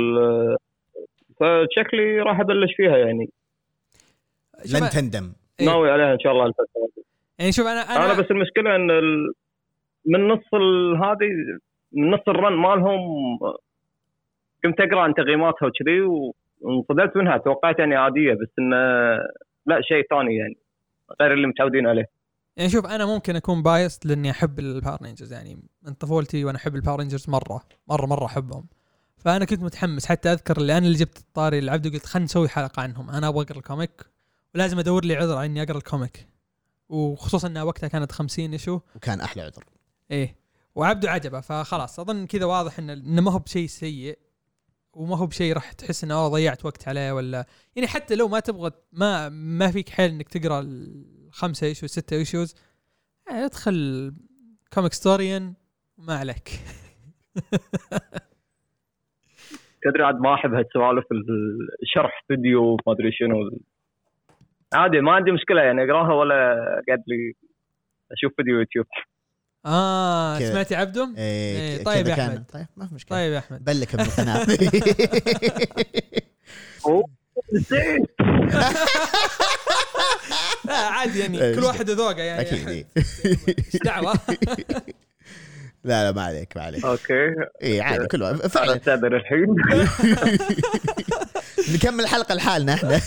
فشكلي راح أبلش فيها يعني لن تندم. إيه. ناوي عليها إن شاء الله الفترة. يعني شوف أنا أنا, أنا بس المشكلة إن ال... من نص هذه من نص الرن مالهم كنت أقرأ عن تقييماتها وكذي وانصدمت منها، توقعت يعني عادية بس إن لا شيء ثاني يعني غير اللي متعودين عليه. يعني شوف أنا ممكن أكون بايست لأني أحب الباور رينجرز، يعني من طفولتي وأنا أحب الباور رينجرز مرة مرة مرة أحبهم، فأنا كنت متحمس. حتى أذكر اللي أنا اللي جبت الطاري العبد وقلت خلنا نسوي حلقة عنهم، أنا أبغى أقرأ الكوميك ولازم أدور لي عذر إني أقرأ الكوميك، وخصوصا أنها وقتها كانت خمسين إيشو وكان أحلى عذر. إيه وعبده عجبه، فخلاص أظن كذا واضح إن إنه ما هو بشيء سيء وما هو بشيء راح تحس إنه أوه ضيعت وقت عليه، ولا يعني حتى لو ما تبغى ما ما فيك حيل إنك تقرأ الخمسة إيشو ستة إيشوز، يعني ادخل كوميك ستوريان وما عليك. تدري عاد ما أحب هالسوالف الشرح فيديو ما أدري شنو، عادي ما عندي مشكلة يعني أقراها ولا قاعد لي أشوف فيديو يوتيوب. آه كدا. سمعتي عبدهم؟ إيه إيه طيب يا أحمد. طيب ما في مشكلة. طيب يا أحمد. بلك من القناة. لا عادي يعني كل واحد ذوقه يعني. أكيد. إيش دعوة. لا لا ما عليك ما عليك. أوكي. إيه عادي كل واحد. فعلا. أستأذن الحين. نكمل الحلقة لحالنا إحنا.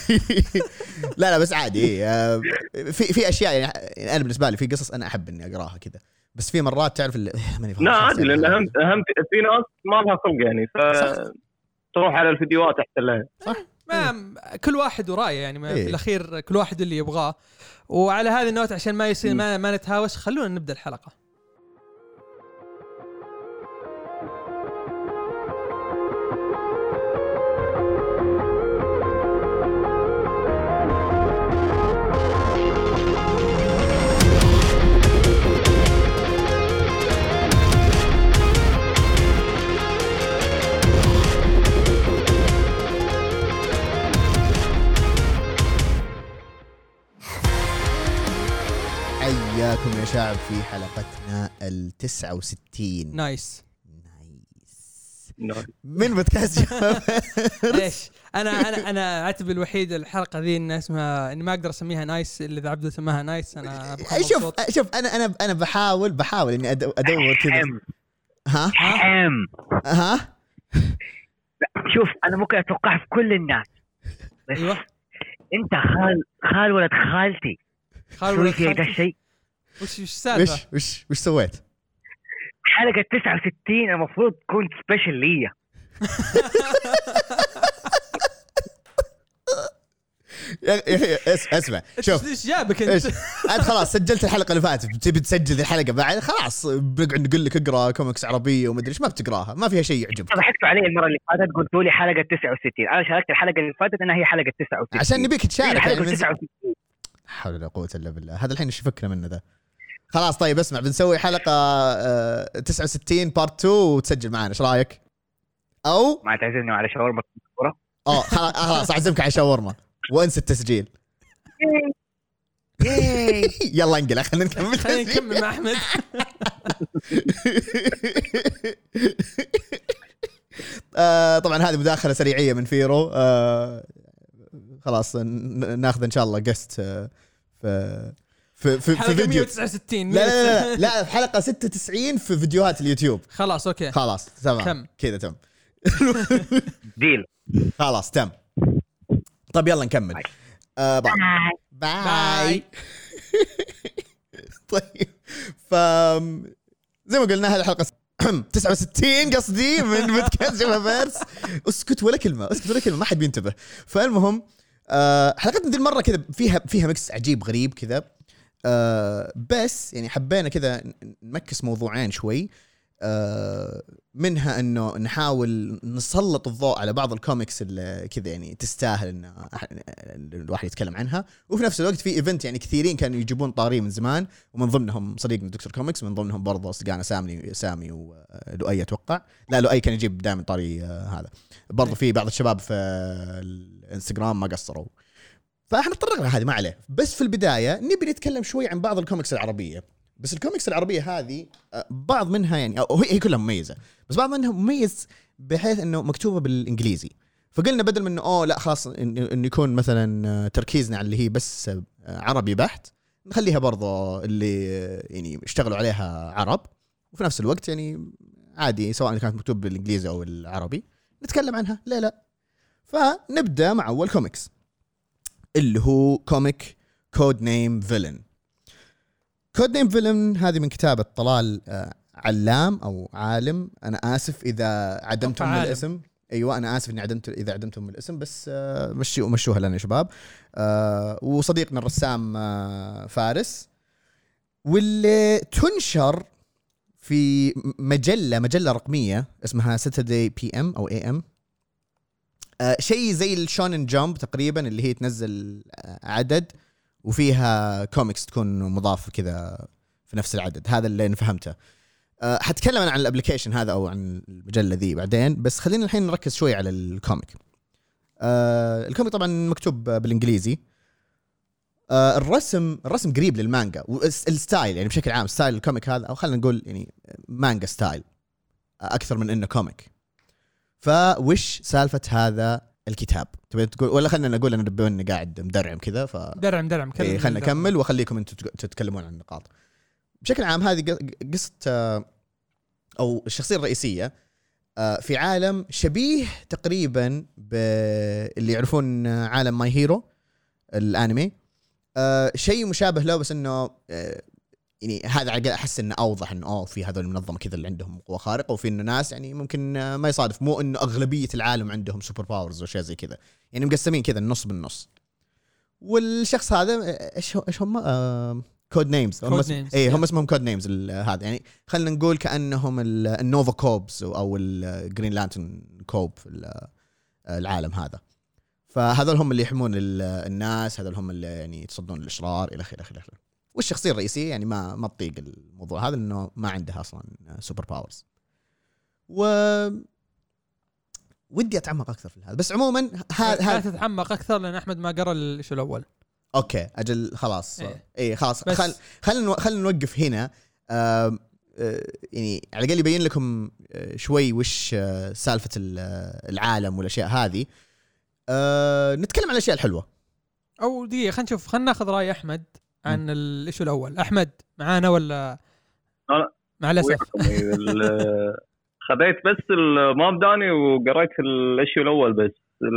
لا لا بس عادي. في في أشياء يعني أنا بالنسبة لي في قصص أنا أحب إني أقراها كذا، بس في مرات تعرف اللي ماني فاهم. لا عادي، لان اهم اهم في ناس ما لها خلق يعني، فتروح على الفيديوهات احسن لها. صح. ما كل واحد ورايه يعني، ما إيه. في الاخير كل واحد اللي يبغاه. وعلى هذه النوت عشان ما يصير ما, ما نتهاوش، خلونا نبدا الحلقه. حياكم يا شعب في حلقتنا التسعة وستين. نايس نايس من بودكاست شباب. ايش انا انا انا اعتبر الوحيد الحلقه ذي ان اسمها اني ما اقدر اسميها نايس، اللي اذا عبده سماها نايس انا شوف شوف انا انا انا بحاول بحاول اني ادور كذا. ها حم ها شوف انا ممكن اتوقع في كل الناس، بس ايوه انت خال خال ولد خالتي. خال ولد خالتي هذا الشيء وش وش سالفه؟ وش وش وش سويت؟ حلقه تسعة وستين المفروض تكون سبيشل لي. يا اخي اسمع شوف ايش جابك انت؟ انت خلاص سجلت الحلقه اللي فاتت، بتبي تسجل الحلقه بعد خلاص بنقعد نقول لك اقرا كوميكس عربيه وما ادري ايش، ما بتقراها، ما فيها شيء يعجبك. ضحكتوا علي المره اللي فاتت، قلتوا لي حلقه تسعة وستين، انا شاركت الحلقه اللي فاتت انها هي حلقه تسعة وستين عشان نبيك تشارك يعني من تسعة وستين. حول ولا قوه الا بالله، هذا الحين ايش فكنا منه ذا. خلاص طيب اسمع، بنسوي حلقه آه تسعة وستين بارت اثنين وتسجل معنا، ايش رايك؟ او ما تعزمني على شاورما كوره؟ اه خلاص اعزمك على شاورما وانسى التسجيل. يلا انقل خلينا نكمل خلينا نكمل مع احمد. آه طبعا هذه مداخله سريعيه من فيرو. آه خلاص ناخذ ان شاء الله قست آه في في في, في فيديو مية وتسعة وستين. لا لا لا, لا في حلقه ستة وتسعين في فيديوهات اليوتيوب. خلاص اوكي خلاص تمام كذا تم. ديل خلاص تم. طب يلا نكمل. باي. آه باي باي. طيب ف زي ما قلنا هذه الحلقه تسعة وستين قصدي من بودكاست شبابرس. اسكت ولا كلمه، اسكت ولا كلمه، ما حد بينتبه. فالمهم آه حلقتنا دي المره كذا فيها فيها ميكس عجيب غريب كذا. آه بس يعني حبينا كذا نمكس موضوعين شوي. آه منها انه نحاول نسلط الضوء على بعض الكوميكس اللي كذا يعني تستاهل ان الواحد يتكلم عنها، وفي نفس الوقت في ايفنت يعني كثيرين كانوا يجيبون طاري من زمان، ومن ضمنهم صديقنا دكتور كوميكس، من ضمنهم برضه اصدقائنا سامي سامي ولؤي اتوقع. لا لؤي كان يجيب دائما طاري آه هذا برضه. في بعض الشباب في الانستغرام ما قصروا، فاحنا تطرقنا هذه ما عليه. بس في البدايه نبي نتكلم شوي عن بعض الكوميكس العربيه. بس الكوميكس العربية هذه بعض منها يعني هي كلها مميزة، بس بعض منها مميز بحيث انه مكتوبة بالانجليزي. فقلنا بدل من انه اوه لا خلاص انه يكون مثلا تركيزنا على اللي هي بس عربي بحت، نخليها برضو اللي يعني اشتغلوا عليها عرب، وفي نفس الوقت يعني عادي سواء كانت مكتوبة بالانجليزي او العربي نتكلم عنها. لا لا فنبدأ مع اول كوميكس اللي هو كوميك كود نيم فيلن. كود نيم فيلن هذه من كتابة طلال علام أو عالم. أنا آسف إذا عدمتم من الاسم. أيوة أنا آسف إني عدمت إذا عدمتم من الاسم، بس مشي ومشوها لنا يا شباب. وصديقنا الرسام فارس، واللي تنشر في مجلة مجلة رقمية اسمها ساتردي بي ام أو اي ام، شيء زي الشونن جامب تقريبا، اللي هي تنزل عدد وفيها كوميكس تكون مضاف كذا في نفس العدد. هذا اللي أنا فهمته. أه حتكلم عن الابليكيشن هذا أو عن المجلة ذي بعدين، بس خلينا الحين نركز شوي على الكوميك. أه الكوميك طبعا مكتوب بالإنجليزي. أه الرسم الرسم قريب للمانجا، والستايل يعني بشكل عام ستايل الكوميك هذا، أو خلينا نقول يعني مانجا ستايل أكثر من إنه كوميك. فوش سالفة هذا الكتاب؟ تبي تقول ولا خلينا نقول انا دبوني قاعد مدرعم كذا ف درعم درعم إيه خلينا نكمل واخليكم انتم تتكلمون عن النقاط. بشكل عام هذه قصة او الشخصية الرئيسية في عالم شبيه تقريبا باللي يعرفون عالم ماي هيرو الانمي. شيء مشابه له، بس انه يعني هذا على احس انه اوضح انه اوه في هذول المنظمه كذا اللي عندهم قوه خارقه، وفي انه ناس يعني ممكن ما يصادف، مو انه اغلبيه العالم عندهم سوبر باورز واشياء زي كذا، يعني مقسمين كذا النص بالنص. والشخص هذا ايش ايش هم آه كود نيمز، هم اسم... اي هم اسمهم كود نيمز هذا، يعني خلينا نقول كانهم النوفا كوبز او الجرين لانترن كوب في العالم هذا. فهذول هم اللي يحمون الناس، هذول هم اللي يعني يتصدون الاشرار الى اخره الى اخره. والشخصيه الرئيسيه يعني ما ما تطيق الموضوع هذا لانه ما عندها اصلا سوبر باورز. و ودي اتعمق اكثر في هذا، بس عموما هذا ها... تتعمق اكثر لان احمد ما قرأ الشيء الاول. اوكي اجل خلاص ايه, إيه خلاص خل خلينا خلينا نوقف هنا. آه يعني على الاقل يبين لكم شوي وش سالفه العالم والاشياء هذه. آه نتكلم عن الاشياء الحلوه. او دقيقه خلينا نشوف، خلينا ناخذ راي احمد عن الاشي الاول. احمد معانا ولا لا؟ مع الاسف خذيت بس ما بداني وقريت الاشي الاول بس.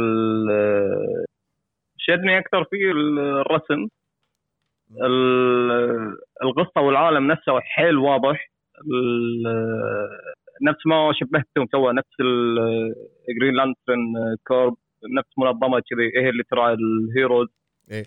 شدني اكثر فيه الرسم، القصه والعالم نفسه حيل واضح، نفس ما شبهتهم سوا، نفس الجرين لانترن كورب، نفس منظمه كذي هي اللي ترى الهيروز. ايه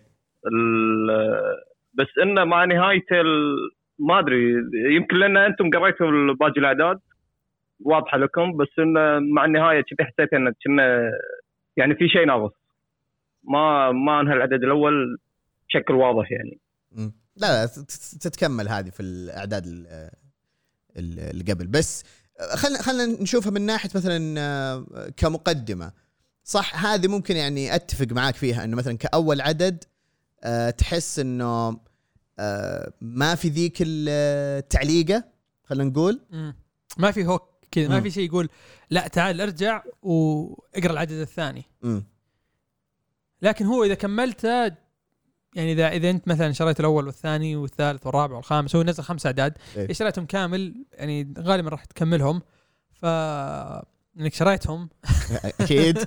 بس انه مع نهايه ما ادري، يمكن لان انتم قريتوا باقي الاعداد واضحه لكم، بس انه مع النهايه كذي حسيت انه كنا يعني في شيء ناقص، ما ما انهى العدد الاول بشكل واضح يعني. م. لا لا تتكمل هذه في الاعداد اللي قبل، بس خلينا خلينا نشوفها من ناحيه مثلا كمقدمه. صح هذه ممكن يعني اتفق معاك فيها انه مثلا كاول عدد أه تحس انه أه ما في ذيك التعليقه، خلينا نقول م. ما في هوك كذا، ما في شيء يقول لا تعال ارجع واقرا العدد الثاني. م. لكن هو اذا كملته يعني اذا اذا انت مثلا شريت الاول والثاني والثالث والرابع والخامس، هو نزل خمس اعداد إيه؟ شريتهم كامل يعني غالبا راح تكملهم، ف انك شريتهم اكيد.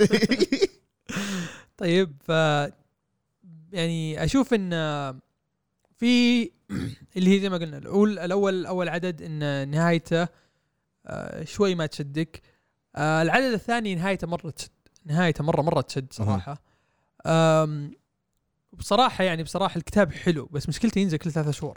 طيب ف يعني اشوف ان في اللي هي زي ما قلنا الاول الاول اول عدد ان نهايته شوي ما تشدك، العدد الثاني نهايته مره تشد، نهايته مره مره تشد صراحه. أم بصراحه يعني بصراحه الكتاب حلو، بس مشكلته ينزل كل ثلاثة شهور،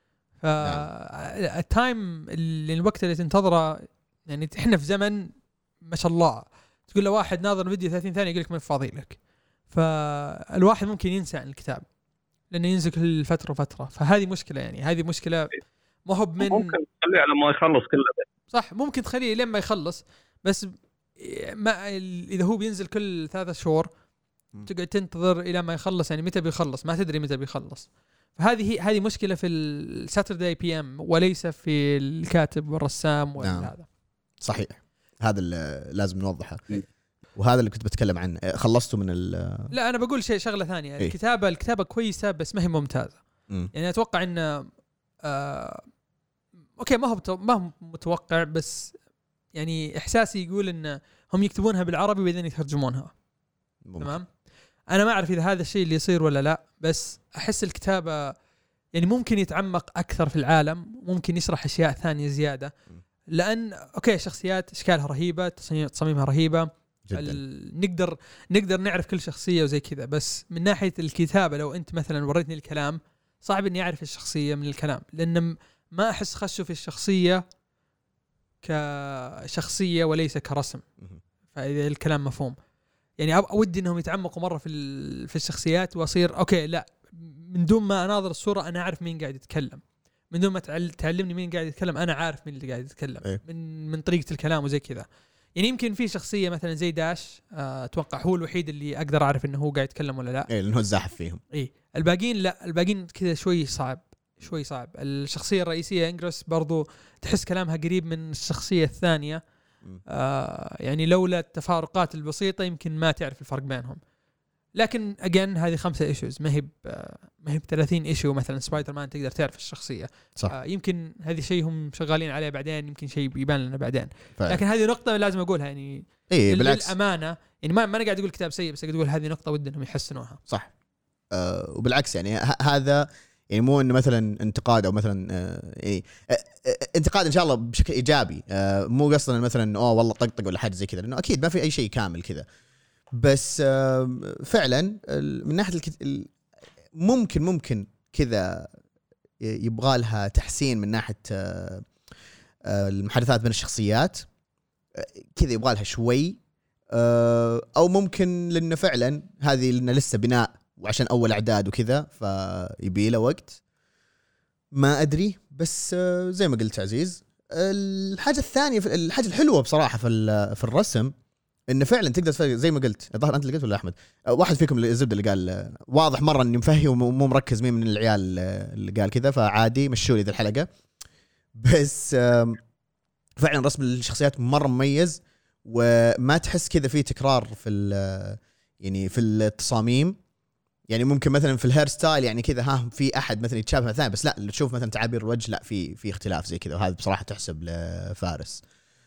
فالتايم اللي الوقت اللي تنتظره يعني احنا في زمن ما شاء الله تقول له واحد ناظر فيديو ثلاثين ثانيه يقول لك ما فاضي لك، فالواحد ممكن ينسى عن الكتاب لانه ينزل كل فتره وفتره، فهذه مشكله يعني هذه مشكله ما هو من ممكن تخليه على ما يخلص كله. صح ممكن تخليه لين ما يخلص، بس ما اذا هو بينزل كل ثلاثة شهور تقعد تنتظر الى ما يخلص، يعني متى بيخلص ما تدري متى بيخلص. فهذه هذه مشكله في الساترداي بي ام وليس في الكاتب والرسام ولا نعم. هذا صحيح، هذا اللي لازم نوضحه، وهذا اللي كنت بتكلم عنه. خلصته من ال لا انا بقول شيء شغله ثانيه. إيه؟ الكتابه الكتابه كويسه بس ما هي ممتازه. م. يعني اتوقع ان آه... اوكي ما هو ما هو متوقع، بس يعني احساسي يقول ان هم يكتبونها بالعربي وبعدين يترجمونها. تمام، انا ما اعرف اذا هذا الشيء اللي يصير ولا لا، بس احس الكتابه يعني ممكن يتعمق اكثر في العالم، ممكن يشرح اشياء ثانيه زياده، لان اوكي شخصيات اشكالها رهيبه، تصاميمها رهيبه، نقدر نقدر نعرف كل شخصيه وزي كذا، بس من ناحيه الكتابه لو انت مثلا وريتني الكلام صعب اني اعرف الشخصيه من الكلام، لان ما احس خشوا في الشخصيه كشخصيه وليس كرسم، فاذا الكلام مفهوم يعني اودي انهم يتعمقوا مره في في الشخصيات، واصير اوكي لا من دون ما اناظر الصوره انا اعرف مين قاعد يتكلم، من دون ما تعلمني مين قاعد يتكلم انا عارف مين اللي قاعد يتكلم إيه؟ من من طريقه الكلام وزي كذا. يعني يمكن في شخصيه مثلا زي داش اتوقع هو الوحيد اللي اقدر اعرف انه هو قاعد يتكلم ولا لا، ايه لانه الزاحف فيهم. اي الباقيين لا، الباقيين كذا شوي صعب شوي صعب. الشخصيه الرئيسيه انجروس برضو تحس كلامها قريب من الشخصيه الثانيه، آه يعني لولا التفارقات البسيطه يمكن ما تعرف الفرق بينهم. لكن اجين هذه خمسة ايشوز، ما هي ما هي ثلاثين ايشو مثلا سبايدر مان تقدر تعرف الشخصيه صح. آه يمكن هذه شيء هم شغالين عليه بعدين، يمكن شيء يبان لنا بعدين فعلا. لكن هذه نقطه لازم اقولها يعني إيه بالعكس الامانه، يعني ما ما انا قاعد اقول كتاب سيء، بس قاعد اقول هذه نقطه ودي انهم يحسنوها. صح. آه وبالعكس يعني ه- هذا يعني مو انه مثلا انتقاد او مثلا آه يعني آه انتقاد ان شاء الله بشكل ايجابي، آه مو قصدا مثلا اوه والله طقطق ولا حاجه زي كذا، لانه اكيد ما في اي شيء كامل كذا. بس آه فعلا من ناحيه الكت... ممكن ممكن كذا يبغى لها تحسين من ناحيه آه آه المحادثات بين الشخصيات، آه كذا يبغى لها شوي، آه او ممكن لانه فعلا هذه لنا لسه بناء وعشان اول اعداد وكذا فيبي له وقت، ما ادري. بس آه زي ما قلت عزيز، الحاجه الثانيه الحاجه الحلوه بصراحه في في الرسم انه فعلا تقدر زي ما قلت، الظاهر انت اللي قلت ولا احمد، واحد فيكم اللي الزبده اللي قال واضح مره اني مفهم ومو مركز مين من العيال اللي قال كذا، فعادي مشوا لي ذي الحلقه. بس فعلا رسم الشخصيات مره مميز، وما تحس كذا في تكرار في يعني في التصاميم. يعني ممكن مثلا في الهير ستايل يعني كذا ها في احد مثلا يتشابه مثلا، بس لا اللي تشوف مثلا تعابير الوجه لا في في اختلاف زي كذا، وهذا بصراحه تحسب لفارس.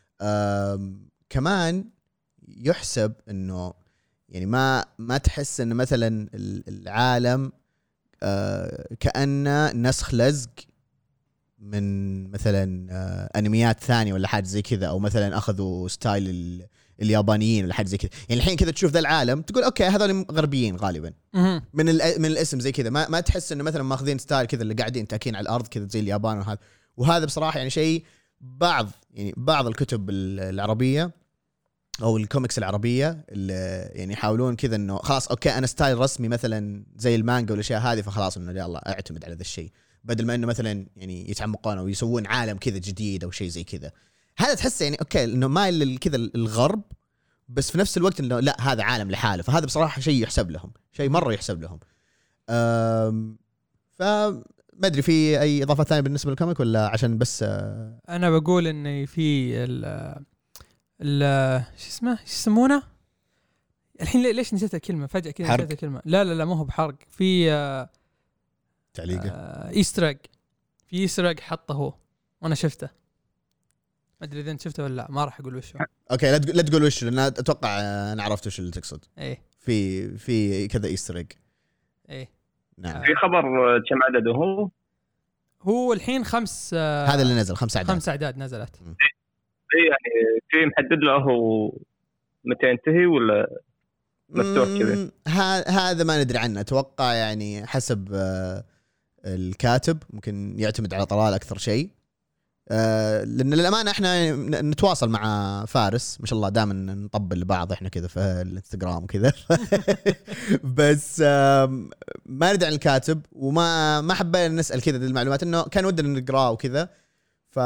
كمان يحسب انه يعني ما ما تحس ان مثلا العالم آه كأنه نسخ لزق من مثلا آه انميات ثانيه ولا حاجه زي كذا، او مثلا اخذوا ستايل اليابانيين ولا حاجه زي كذا. يعني الحين كذا تشوف ذا العالم تقول اوكي هذول غربيين غالبا من من الاسم زي كذا، ما ما تحس انه مثلا ماخذين ستايل كذا اللي قاعدين تاكين على الارض كذا زي اليابان وهذا. وهذا بصراحه يعني شيء بعض يعني بعض الكتب العربيه او الكوميكس العربيه اللي يعني يحاولون كذا انه خلاص اوكي انا ستايل رسمي مثلا زي المانجا والاشياء هذه، فخلاص انه يلا اعتمد على ذا الشيء، بدل ما انه مثلا يعني يتعمقون او يسوون عالم كذا جديد او شيء زي كذا. هذا تحس يعني اوكي انه مايل كذا الغرب، بس في نفس الوقت انه لا هذا عالم لحاله. فهذا بصراحه شيء يحسب لهم، شيء مره يحسب لهم. أم فما ادري في اي اضافه ثانيه بالنسبه للكوميك ولا عشان بس أه انا بقول ان في ال ال شو اسمه ايش يسمونه الحين، ليش نسيت الكلمه فجاه كذا نسيت الكلمه. لا لا لا مو هو بحرق، في آه تعليقه آه ايستر، في ايستر حطه هو وانا شفته، ما ادري اذا انت شفته ولا لا، ما راح اقول وش هو. اوكي لا تقول لا تقول وش، لان اتوقع انا عرفت وش اللي تقصد. ايه في في كذا ايستر ايج. ايه نعم. في خبر كم عدده هو؟ هو الحين خمس آه هذا اللي نزل خمس اعداد خمس اعداد نزلت. ايه يعني في محدد له هو متى ينتهي ولا مفتوح كذا؟ هذا ما ندري عنه، اتوقع يعني حسب آه الكاتب ممكن يعتمد على طلال اكثر شيء. آه لان للامانه احنا نتواصل مع فارس ما شاء الله، دائما نطبل لبعض احنا كذا في الانستغرام وكذا بس آه ما ندري عن الكاتب، وما ما حبينا نسال كذا المعلومات، انه كان ودنا نقراه وكذا، ف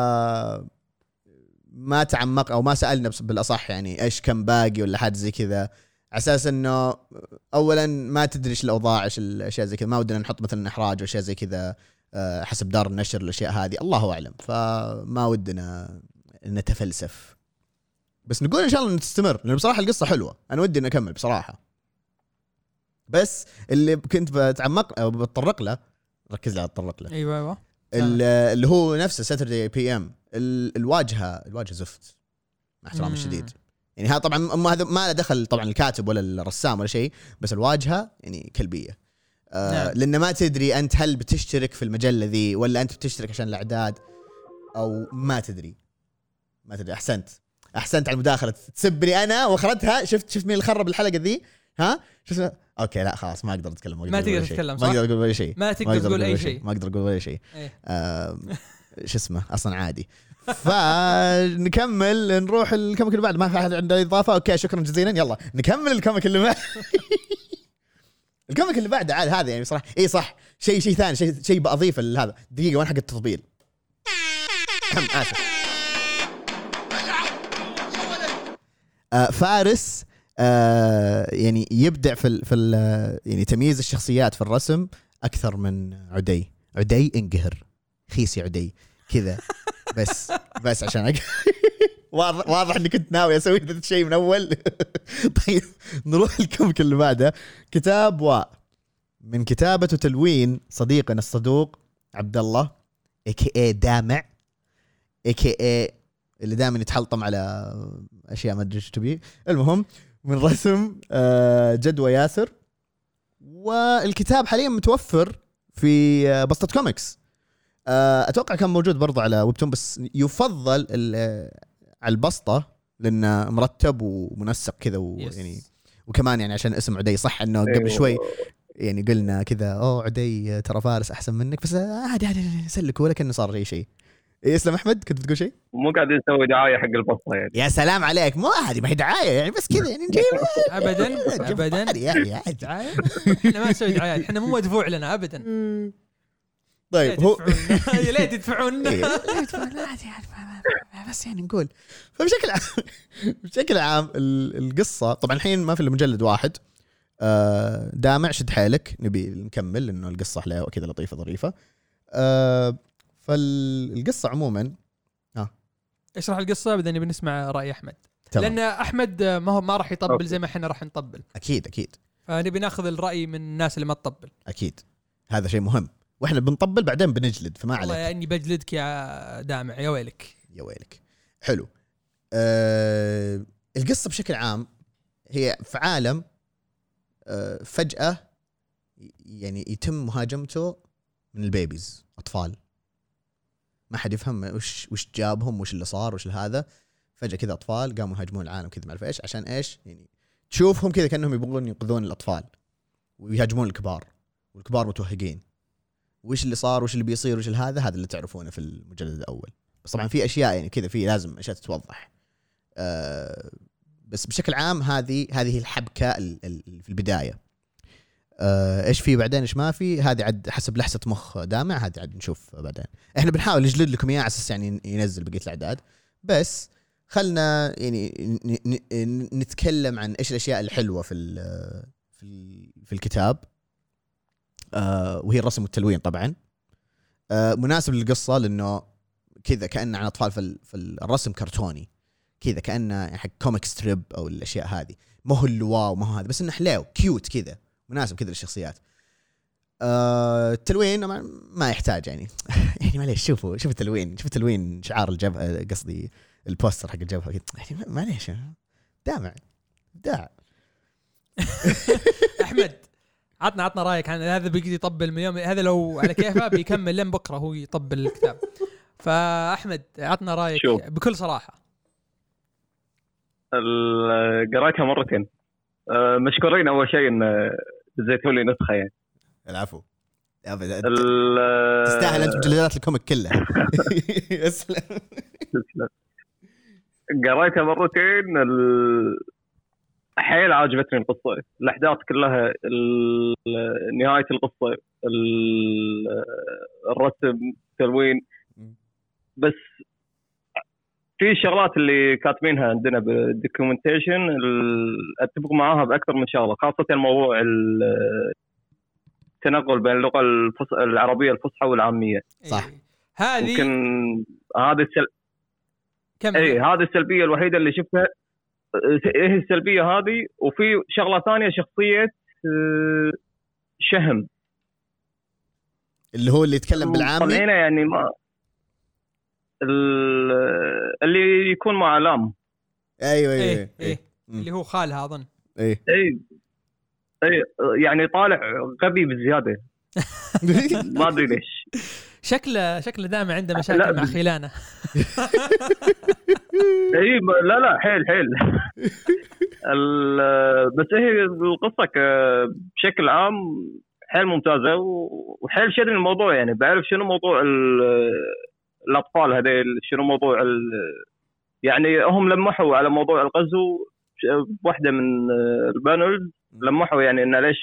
ما تعمق او ما سالنا بالاصح يعني ايش كم باقي ولا حاجه زي كذا، على اساس انه اولا ما تدري ايش الاوضاع ايش الاشياء زي كذا، ما ودنا نحط مثلا احراج واشياء زي كذا حسب دار النشر الاشياء هذه الله اعلم، فما ودنا نتفلسف. بس نقول ان شاء الله تستمر، لان بصراحه القصه حلوه، انا ودي نكمل بصراحه. بس اللي كنت بتعمق او بتطرق له ركز لي على التطرق له ايوه ايوه اللي هو نفسه ساتردي بي ام، الواجهه الواجهه زفت مع احترامي الشديد. يعني هذا طبعا ما هذا ما له دخل طبعا الكاتب ولا الرسام ولا شيء، بس الواجهه يعني كلبيه. آه نعم. لأن ما تدري أنت هل بتشترك في المجلة ذي ولا أنت بتشترك عشان الأعداد أو ما تدري ما تدري. أحسنت أحسنت على المداخلة، تسبني أنا وأخرتها. شفت شفت مين اللي خرب الحلقة ذي؟ ها شفت؟ أوكي لا خلاص ما أقدر أتكلم، ما تقدر تتكلم صح؟ ما أقدر أقول أي شيء، ما تقدر تقول أي شيء، ما أقدر أقول أي شيء. آه شو اسمه أصلا عادي. فنكمل نروح الكوميك اللي بعد. ما في أحد عنده إضافة؟ أوكي شكرا جزيلا. يلا نكمل الكوميك اللي بعد. الكوميك اللي بعده عاد هذا يعني صراحه اي صح شيء شيء ثاني شيء شيء بأضيفه لهذا. دقيقه وين حق التطبيل؟ اسف. آه فارس آه يعني يبدع في ال في ال يعني تمييز الشخصيات في الرسم اكثر من عدي. عدي انقهر خيسي عدي كذا بس بس عشان واضح واضح اني كنت ناوي اسوي هذا الشيء من اول. طيب نروح الكوميك اللي بعده. كتاب و من كتابة وتلوين صديقنا الصدوق عبد الله اي كي اي دامع اي كي اي اللي دائما يتحلطم على اشياء ما ادري ايش تبي. المهم من رسم جدوى ياسر، والكتاب حاليا متوفر في بسطة كوميكس. اتوقع كان موجود برضه على ويبتون، بس يفضل على البسطة لانه مرتب ومنسق كذا، ويعني وكمان يعني عشان اسم عدي صح انه قبل شوي يعني قلنا كذا اوه عدي ترى فارس احسن منك، بس عادي عادي نسلك ولا كأنه صار اي شيء. يسلم احمد، كنت بتقول شيء؟ مو قاعد نسوي دعايه حق البسطه يعني. يا سلام عليك، مو هذه ما هي دعايه يعني، بس كذا يعني نجيب ابدا ابدا يعني دعايه. احنا ما نسوي دعايات، احنا مو مدفوع لنا ابدا. طيب هو ليه تدفعون؟ بس يعني نقول فبشكل عام بشكل عام القصه طبعا الحين ما في الا مجلد واحد. دامع شد حيلك، نبي نكمل لانه القصه حلوه وكذا لطيفه ظريفه. فالقصه عموما ها اشرح القصه بدنا بنسمع راي احمد. تمام. لان احمد ما هو ما راح يطبل زي ما احنا راح نطبل. اكيد اكيد فنبي ناخذ الراي من الناس اللي ما تطبل. اكيد هذا شيء مهم، واحنا بنطبل بعدين بنجلد، فما عليك. والله اني بجلدك يا دامع، يا ويلك يا ويلك. حلو. أه القصه بشكل عام هي في عالم أه فجاه يعني يتم مهاجمته من البيبيز، اطفال ما حد يفهم وش وش جابهم، وش اللي صار، وش هذا. فجاه كذا اطفال قاموا يهاجمون العالم كذا، ما اعرف ايش عشان ايش يعني. تشوفهم كذا كانهم يبغون ينقذون الاطفال ويهاجمون الكبار، والكبار متوهقين. وش اللي صار وش اللي بيصير وش هذا هذا اللي تعرفونه في المجلد الاول. بس طبعا في اشياء يعني كذا، في لازم اشياء تتوضح. أه بس بشكل عام هذه هذه الحبكه ال ال في البدايه. أه ايش في بعدين ايش ما في، هذه عد حسب لحسه مخ دامع، هذه عد نشوف بعدين. احنا بنحاول نجلد لكم اياه على اساس يعني ينزل بقيه الاعداد، بس خلنا يعني نتكلم عن ايش الاشياء الحلوه في في في الكتاب. أه وهي الرسم والتلوين طبعا. أه مناسب للقصه لانه كذا كأنه عن أطفال، في الرسم كرتوني كذا كأنه حق كوميك ستريب أو الأشياء هذه، ما هو الواو ما هو هذا، بس إنه حلاو كيوت كذا، مناسب كذا للشخصيات. أه التلوين ما يحتاج يعني يعني معليش، شوفوا شوفوا التلوين، شوفوا التلوين شعار الجبهة، قصدي البوستر حق الجبهة كذا يعني معليش. دامع داع أحمد عطنا عطنا رايك عن هذا. بيجي يطبل من يوم هذا، لو على كيفه بيكمل لين بكره هو يطبل الكتاب. فأحمد عطنا رايك شوف. بكل صراحة. قرأتها مرتين. أه مشكورين أول شيء إن زيتوا لي نسخة يعني. العفو. تستاهل أنت مجلدات الكوميك كلها. يسلم. قرأتها مرتين. حيل عجبتني القصة، الأحداث كلها، نهاية القصة، الرسم، التلوين. بس في شغلات اللي كاتبينها عندنا بالدوكيومنتيشن اتفق معاها باكثر من شغله، خاصه موضوع التنقل بين اللغه العربيه الفصحى والعاميه. صح. هذه ممكن هذه السل... اي هذه السلبيه الوحيده اللي شفتها. ايه السلبيه هذه؟ وفي شغله ثانيه، شخصيه شهم اللي هو اللي يتكلم بالعامي يعني ما اللي يكون مع لام. ايوه ايوه, أيه أيوة. أيه. اللي هو خالها اظن. اي اي اي يعني طالع غبي بزياده. ما ادري ليش. شكله شكله دائما عنده مشاكل مع خيلانه. اي لا لا حيل حيل. بس هي القصه بشكل عام حيل ممتازه وحيل شدني الموضوع، يعني بعرف شنو موضوع الأطفال هذيل، شنو موضوع يعني هم لمحوا على موضوع الغزو بواحدة من البانلز، لمحوا يعني إن ليش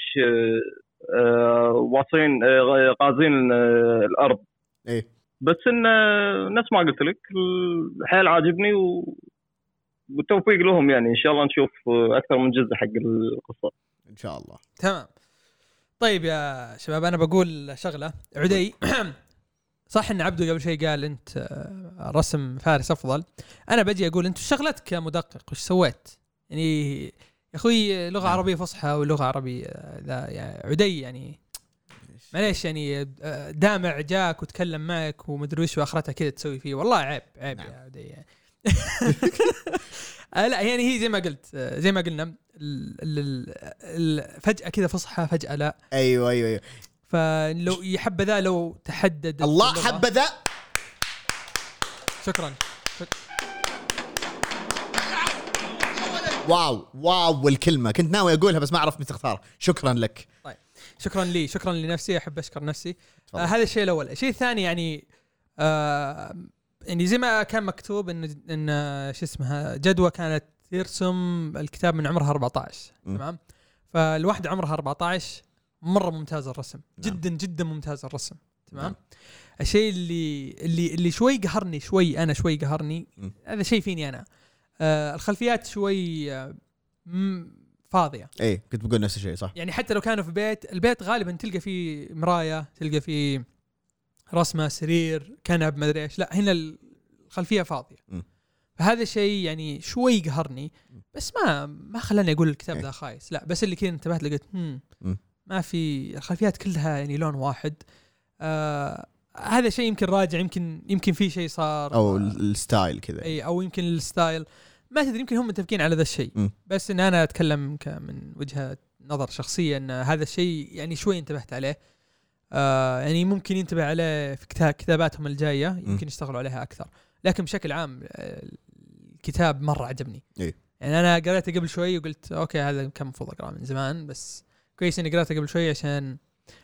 واصلين غازين الأرض. إيه. بس إن نفس ما قلت لك الحيل عاجبني وبالتوفيق لهم، يعني إن شاء الله نشوف أكثر من جزء حق القصة إن شاء الله. تمام. طيب يا شباب أنا بقول شغلة. عدي صح ان عبده قبل شيء قال انت رسم فارس افضل، انا بجي اقول انت شغلتك كمدقق وش سويت يعني يا اخوي؟ لغه عربيه فصحى ولغه عربيه ذا يعني عدي يعني معليش يعني دامع جاك وتكلم معك ومدري وش واخرتها كذا تسوي فيه، والله عيب عيب يا عدي يعني. لا يعني هي زي ما قلت زي ما قلنا فجأة كذا فصحى فجأة لا. ايوه ايوه ايوه فلو يحبذا لو تحدد الله حبذا. شكرا. واو واو والكلمة كنت ناوي أقولها بس ما عرفت متى اختار. شكرا لك. طيب شكرا لي، شكرا لنفسي، أحب أشكر نفسي. آه هذا الشيء الأول. الشيء الثاني يعني آه يعني زي ما كان مكتوب إن إن شو اسمها جدوى كانت ترسم الكتاب من عمرها أربعة عشر. تمام. فالواحدة عمرها أربعة عشر مرة ممتاز الرسم. نعم. جدا جدا ممتاز الرسم. تمام. نعم. الشيء اللي اللي اللي شوي قهرني شوي أنا شوي قهرني م. هذا شيء فيني أنا. آه الخلفيات شوي آه فاضية. ايه كنت بقول نفس الشيء صح. يعني حتى لو كانوا في بيت، البيت غالبا تلقى فيه مراية، تلقى فيه رسمة، سرير، كنب، ما ادري ايش. لا هنا الخلفية فاضية. م. فهذا الشيء يعني شوي قهرني، بس ما ما خلاني اقول الكتاب إيه. ذا خايس. لا بس اللي كنت انتبهت لقيت هم ما في الخلفيات كلها يعني لون واحد. آه هذا شيء يمكن راجع، يمكن يمكن في شيء صار او الستايل كذا. اي او يمكن الستايل ما تدري، يمكن هم متفقين على ذا الشيء. بس ان انا اتكلم من وجهة نظر شخصية ان هذا الشيء يعني شوي انتبهت عليه. آه يعني ممكن ينتبه عليه في كتاب كتاباتهم الجاية، يمكن م. يشتغلوا عليها اكثر. لكن بشكل عام الكتاب مرة عجبني. إيه؟ يعني انا قرأته قبل شوي وقلت اوكي هذا كان المفروض اقراه من زمان، بس كويس اني قرأته قبل شوي عشان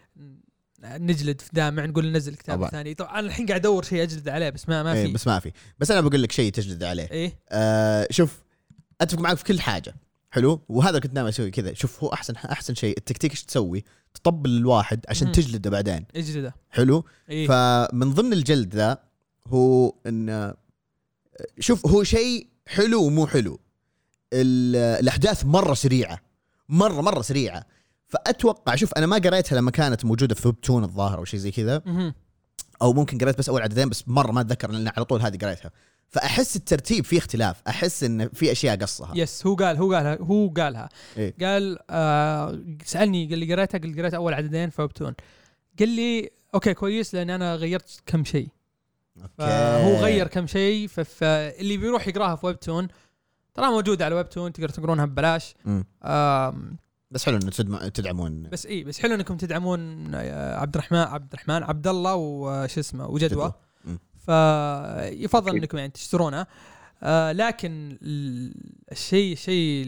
نجلد في دامع نقول ننزل كتاب ثاني. طبعا انا الحين قاعد ادور شيء اجلد عليه بس ما ما إيه في. بس ما في. بس انا بقول لك شيء تجلد عليه. إيه؟ آه شوف اتفق معك في كل حاجه حلو، وهذا كنت ناوي اسوي كذا. شوف هو احسن احسن شيء التكتيك ايش تسوي؟ تطبل الواحد عشان مم. تجلده بعدين. اجلده حلو. إيه؟ فمن ضمن الجلد ذا هو ان شوف هو شيء حلو ومو حلو. الاحداث مره سريعه مره مره سريعه. فأتوقع شوف أنا ما قريتها لما كانت موجودة في ويبتون الظاهر أو شيء زي كذا، أو ممكن قريت بس أول عددين بس مرة ما أتذكر لأن على طول هذه قريتها. فأحس الترتيب فيه اختلاف، أحس إن في أشياء قصها. يس هو قال هو قالها هو قالها إيه؟ قال آه سألني قال لي قريتها، قلت قريت أول عددين في ويبتون. قال لي أوكي كويس لأن أنا غيرت كم شيء. فهو غير كم شيء، فاللي بيروح يقراها في ويبتون ترى موجودة على ويبتون تقدر تقرونها ببلاش. بس حلو انه تدعمون. بس ايه بس حلو انكم تدعمون عبد الرحمن عبد الرحمن عبد الله وش اسمه وجدوى. فيفضل انكم يعني تشترونه. آه لكن الشيء الشيء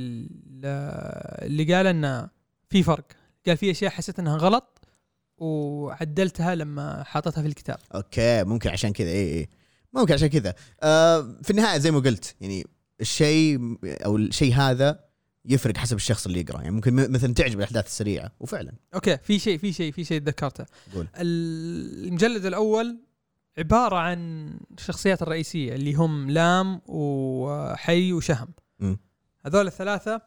اللي قال انه في فرق، قال في اشياء حسيت انها غلط وعدلتها لما حاطتها في الكتاب. اوكي ممكن عشان كذا. ايه ايه ممكن عشان كذا. آه في النهايه زي ما قلت يعني الشيء او الشيء هذا يفرق حسب الشخص اللي يقرأ. يعني ممكن مثلا تعجب الأحداث السريعة وفعلا. أوكي في شيء في شيء في شيء ذكرته. قول. المجلد الأول عبارة عن الشخصيات الرئيسية اللي هم لام وحي وشهم. م. هذول الثلاثة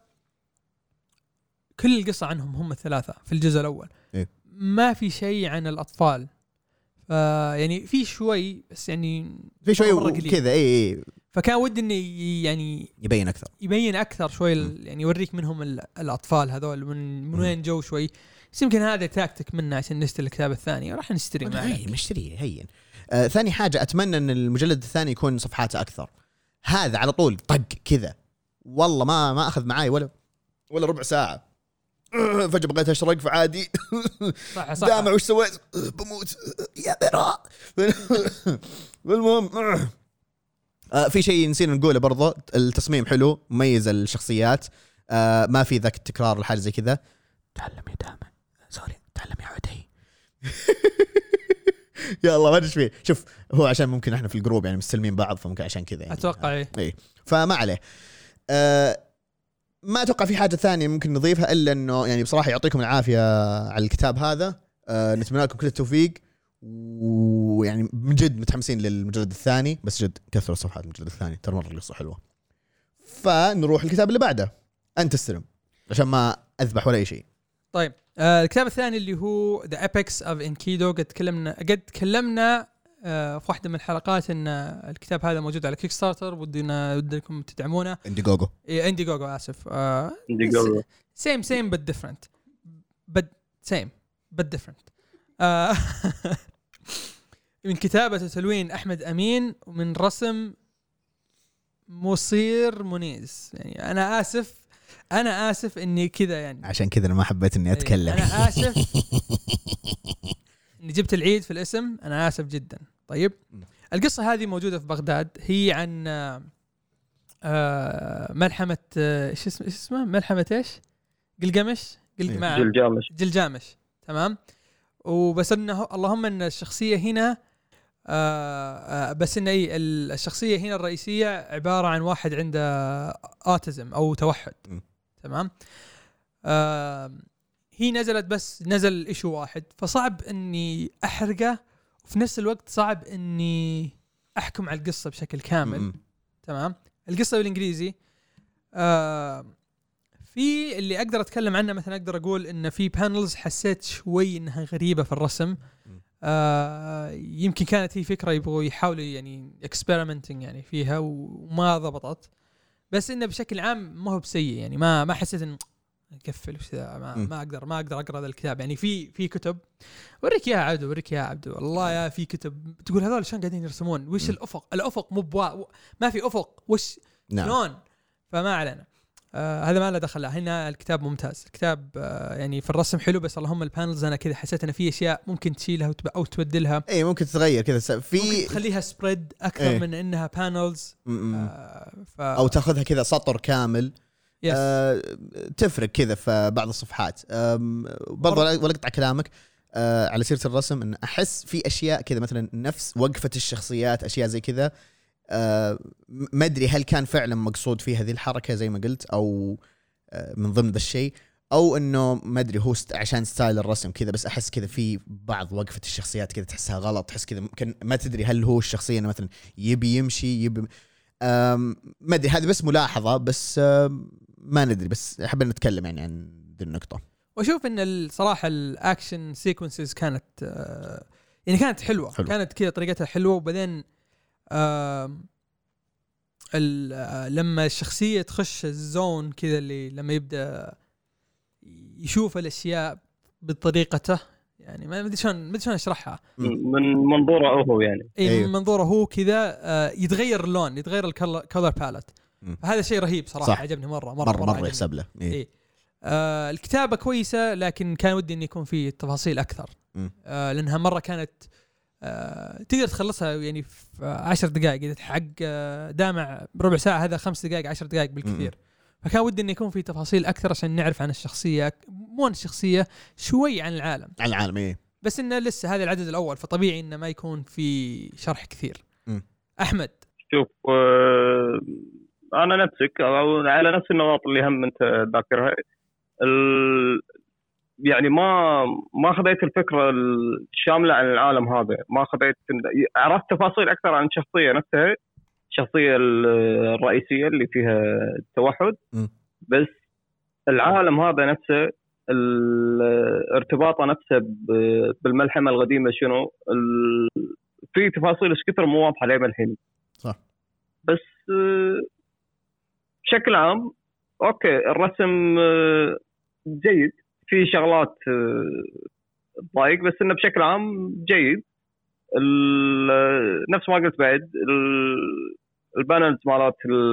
كل القصة عنهم هم الثلاثة في الجزء الأول. إيه؟ ما في شيء عن الأطفال. يعني في شوي بس يعني في شوي كذا. اي اي فكان ودي اني يعني يبين اكثر يبين اكثر شوي يعني يوريك منهم الاطفال هذول من من وين جو شوي. يمكن هذا تاكتيك منا عشان نشتري الكتاب الثاني راح نشتري معه. هي مشتري هين. آه ثاني حاجه اتمنى ان المجلد الثاني يكون صفحاته اكثر. هذا على طول طق كذا والله ما ما اخذ معاي ولا ولا ربع ساعه. فجأة بغيت أشرق فعادي. صح صح. دامع وش سويت؟ بموت يا براء. المهم آه في شيء نسينا نقوله برضه، التصميم حلو مميز الشخصيات. آه ما في ذاك التكرار الحاجة زي كذا. تعلم يا دامع سوري تعلم يا عدي. يا الله ما ادري فيه. شوف هو عشان ممكن احنا في الجروب يعني مستلمين بعض فممكن عشان كذا يعني. اتوقع ايه ايه فما عليه. آه ما أتوقع في حاجة ثانية ممكن نضيفها إلا إنه يعني بصراحة يعطيكم العافية على الكتاب هذا. أه نتمنى لكم كل التوفيق، ويعني من جد متحمسين للمجلد الثاني. بس جد كثروا صفحات المجلد الثاني ترى مرة القصة حلوة. فنروح الكتاب اللي بعده. أنت استلم عشان ما أذبح ولا أي شيء. طيب آه الكتاب الثاني اللي هو The Epics of Enkidu. قد تكلمنا قد تكلمنا آه في واحدة من الحلقات ان الكتاب هذا موجود على كيك ستارتر، ودنا ودكم تدعمونه. انديجوجو إيه انديجوجو اسف. آه انديجوجو same same but different but same but different. آه من كتابة وتلوين أحمد أمين ومن رسم مصير منيز. يعني أنا آسف انا اسف اني كذا يعني عشان كذا انا ما حبيت اني اتكلم. انا اسف اني جبت العيد في الاسم، انا اسف جدا. طيب القصه هذه موجوده في بغداد، هي عن آه ملحمه ايش اسمه ايش اسمه ملحمه ايش قلقمش جلجامش جلجامش تمام. وبس انه اللهم ان الشخصيه هنا آه آه بس ان اي الشخصيه هنا الرئيسيه عباره عن واحد عنده اوتيزم او توحد. م. تمام. آه هي نزلت بس نزل ايشو واحد، فصعب اني احرقه وفي نفس الوقت صعب اني احكم على القصه بشكل كامل. م. تمام. القصه بالانجليزي آه في اللي اقدر اتكلم عنه، مثلا اقدر اقول ان في بانلز حسيت شوي انها غريبه في الرسم. آه يمكن كانت هي فكره يبغوا يحاولوا يعني اكسبيرمنتنج يعني فيها وما ضبطت، بس انه بشكل عام ما هو بسيء يعني. ما ما حسيت ان اقفل وش ذا، ما, ما اقدر ما اقدر اقرا هذا الكتاب يعني. في في كتب وريك يا عبد وريك يا عبد والله يا في كتب تقول هذول شلون قاعدين يرسمون، وش الافق الافق مو بوا ما في افق وش شلون. فما علينا. آه هذا ما له دخل. هنا الكتاب ممتاز، الكتاب آه يعني في الرسم حلو، بس اللهم البانلز انا كذا حسيت ان في اشياء ممكن تشيلها او تبدلها. اي ممكن تتغير كذا، في ممكن تخليها سبريد اكثر إيه؟ من انها بانلز آه ف... او تاخذها كذا سطر كامل. آه تفرق كذا في بعض الصفحات. آه برضو ولا اقطع كلامك آه على سيرة الرسم، ان احس في اشياء كذا مثلا نفس وقفة الشخصيات، اشياء زي كذا آه ما ادري هل كان فعلا مقصود في هذه الحركه زي ما قلت، او آه من ضمن ذا الشيء، او انه ما ادري هو ست عشان ستايل الرسم كذا. بس احس كذا في بعض وقفه الشخصيات كذا تحسها غلط، تحس كذا ممكن ما تدري هل هو الشخصيه مثلا يبي يمشي يبي ما ادري. هذه بس ملاحظه، بس ما ندري، بس احب نتكلم يعني عن ذي النقطه. واشوف ان الصراحه الاكشن سيكونسز كانت آه يعني كانت حلوه حلو. كانت كذا طريقتها حلوه. وبعدين آه لما الشخصية تخش الزون كذا اللي لما يبدأ يشوف الأشياء بطريقته يعني ما أدري شلون ما أدري شلون أشرحها، من منظوره هو يعني إيه من منظوره هو كذا آه يتغير اللون، يتغير الكولر باليت. هذا شيء رهيب صراحة، عجبني مرة مرة مرة, مرة, مرة يحسب له. إيه. إيه. آه الكتابة كويسة، لكن كان ودي إن يكون فيه تفاصيل أكثر آه لأنها مرة كانت آه، تقدر تخلصها يعني في عشر دقائق إذا حق آه، دامع بربع ساعة، هذا خمس دقائق عشر دقائق بالكثير. فكان ودي إنه يكون في تفاصيل أكثر عشان نعرف عن الشخصية، مو عن الشخصية شوي عن العالم عن العالم إيه. بس إنه لسه هذا العدد الأول، فطبيعي إنه ما يكون في شرح كثير. م. أحمد شوف آه، أنا نفسك أو على نفس النقاط اللي هم أنت ذاكرها ال... يعني ما ما خذيت الفكرة الشاملة عن العالم هذا، ما خذيت عرفت تفاصيل أكثر عن الشخصية نفسها، الشخصية الرئيسية اللي فيها التوحد. م. بس العالم هذا نفسه ارتباطه نفسه بالملحمة القديمة شنو في تفاصيل ايش كثر مو واضحة لين الحين. صح. بس بشكل عام اوكي الرسم جيد، في شغلات ضايق، بس انه بشكل عام جيد. نفس ما قلت بعد البانلز مالات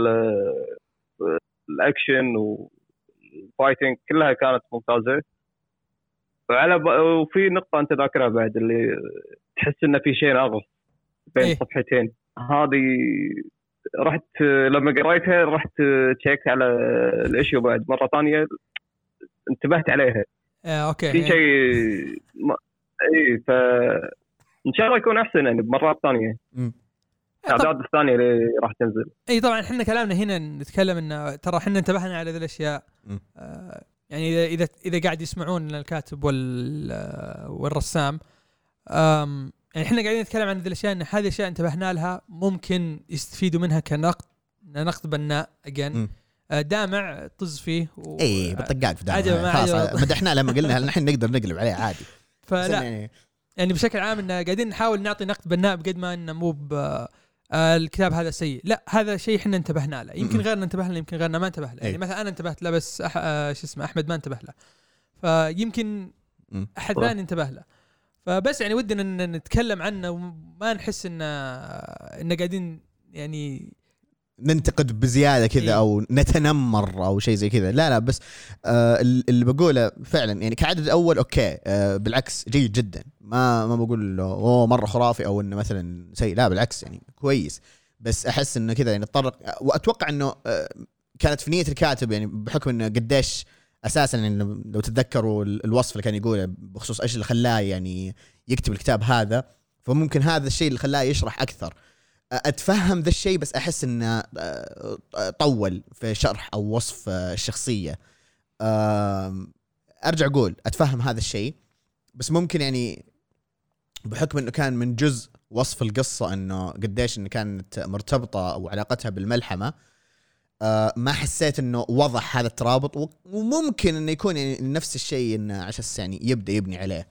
الاكشن والفايتنج كلها كانت ممتازه. وعلى وفي نقطه انت ذاكرها بعد اللي تحس انه في شيء ناقص بين إيه؟ صفحتين هذه رحت لما قريتها رحت تشيك على الاشيو بعد مره ثانيه انتبهت عليها. آه، اوكي في شيء ما... اي ف ان شاء الله يكون احسن يعني بمرات ثانيه. الاعداد الثانيه اللي راح تنزل. اي طبعا احنا كلامنا هنا نتكلم انه ترى احنا انتبهنا على ذي الاشياء. آه يعني اذا اذا اذا قاعد يسمعون الكاتب وال والرسام آم يعني احنا قاعدين نتكلم عن ذي الاشياء، ان هذه الاشياء انتبهنا لها ممكن يستفيدوا منها كنقد نقد بناء اجين. دامع طز فيه و... اي بطقاق في دامع خلاص مدحنا لما قلنا الحين نقدر نقلب عليه عادي. فلا يعني... يعني بشكل عام إن قاعدين نحاول نعطي نقد بناء بقد ما إنه مو ب الكتاب هذا سيء، لا هذا شيء إحنا انتبهنا له، يمكن غيرنا انتبه له يمكن غيرنا ما انتبه له. يعني مثلا أنا انتبهت له بس أح... شو اسمه أحمد ما انتبه له، فيمكن أحد ثاني انتبه له. فبس يعني ودنا إن نتكلم عنه وما نحس إن إن قاعدين يعني ننتقد بزياده كذا او نتنمر او شيء زي كذا. لا لا بس آه اللي بقوله فعلا يعني كعدد اول اوكي آه بالعكس جيد جدا. ما ما بقول اوه مره خرافي او انه مثلا سيء، لا بالعكس يعني كويس. بس احس انه كذا يعني تطرق، واتوقع انه آه كانت في نيه الكاتب يعني بحكم انه قديش اساسا يعني لو تتذكروا الوصف اللي كان يقوله بخصوص ايش اللي خلاه يعني يكتب الكتاب هذا، فممكن هذا الشيء اللي خلاه يشرح اكثر. اتفهم ذا الشيء بس احس انه طول في شرح او وصف الشخصيه. ارجع اقول اتفهم هذا الشيء، بس ممكن يعني بحكم انه كان من جزء وصف القصه انه قديش انه كانت مرتبطه او علاقتها بالملحمه، ما حسيت انه وضح هذا الترابط. وممكن انه يكون يعني نفس الشيء انه عشان يعني يبدا يبني عليه.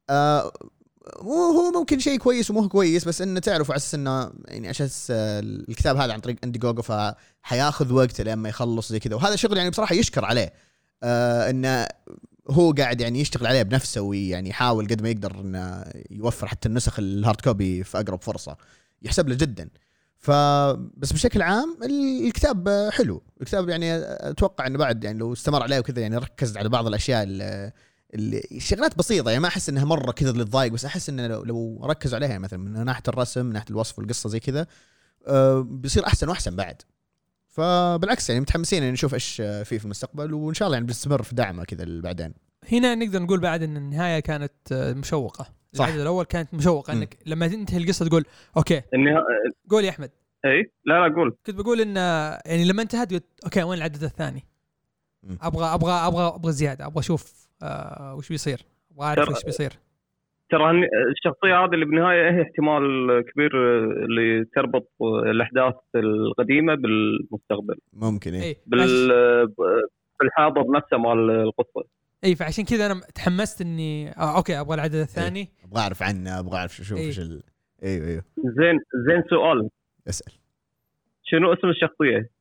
هو ممكن شيء كويس ومو كويس، بس انه تعرفوا على اساس انه يعني عشان الكتاب هذا عن طريق انديجوجو فحياخذ وقت لما يخلص زي كذا. وهذا شغل يعني بصراحه يشكر عليه، آه انه هو قاعد يعني يشتغل عليه بنفسه ويعني يحاول قد ما يقدر انه يوفر حتى النسخ الهارد كوبي في اقرب فرصه، يحسب له جدا. فبس بشكل عام الكتاب حلو. الكتاب يعني اتوقع انه بعد يعني لو استمر عليه وكذا يعني ركز على بعض الاشياء اللي الشغلات بسيطة، يعني ما أحس إنها مرة كذا للضايق، بس أحس إنه لو, لو ركزوا عليها يعني مثلا من ناحية الرسم من ناحية الوصف والقصة زي كذا أه بيصير أحسن وأحسن بعد. فبالعكس يعني متحمسين يعني نشوف إيش فيه في المستقبل، وإن شاء الله يعني بنستمر في دعمه كذا بعدين. هنا نقدر نقول بعد إن النهاية كانت مشوقة. صح. العدد الأول كانت مشوقة، إنك لما تنتهي القصة تقول أوكي النها... قول يا أحمد. إيه لا لا قول. كنت بقول إن يعني لما انتهت قلت أوكي وين العدد الثاني؟ م. أبغى أبغى أبغى أبغى زيادة، أبغى أشوف آه وش بيصير، وعارف ايش بيصير. ترى الشخصيه هذه اللي بالنهايه هي احتمال كبير اللي تربط الاحداث القديمه بالمستقبل. ممكن ايه, إيه. بال بالحاضر نفسه مال القصه. اي فعشان كذا انا تحمست اني آه اوكي ابغى العدد الثاني. إيه. ابغى اعرف عنه، ابغى اعرف شو ايش ال... ايوه ايوه زين زين سؤال اسال. شنو اسم الشخصيه؟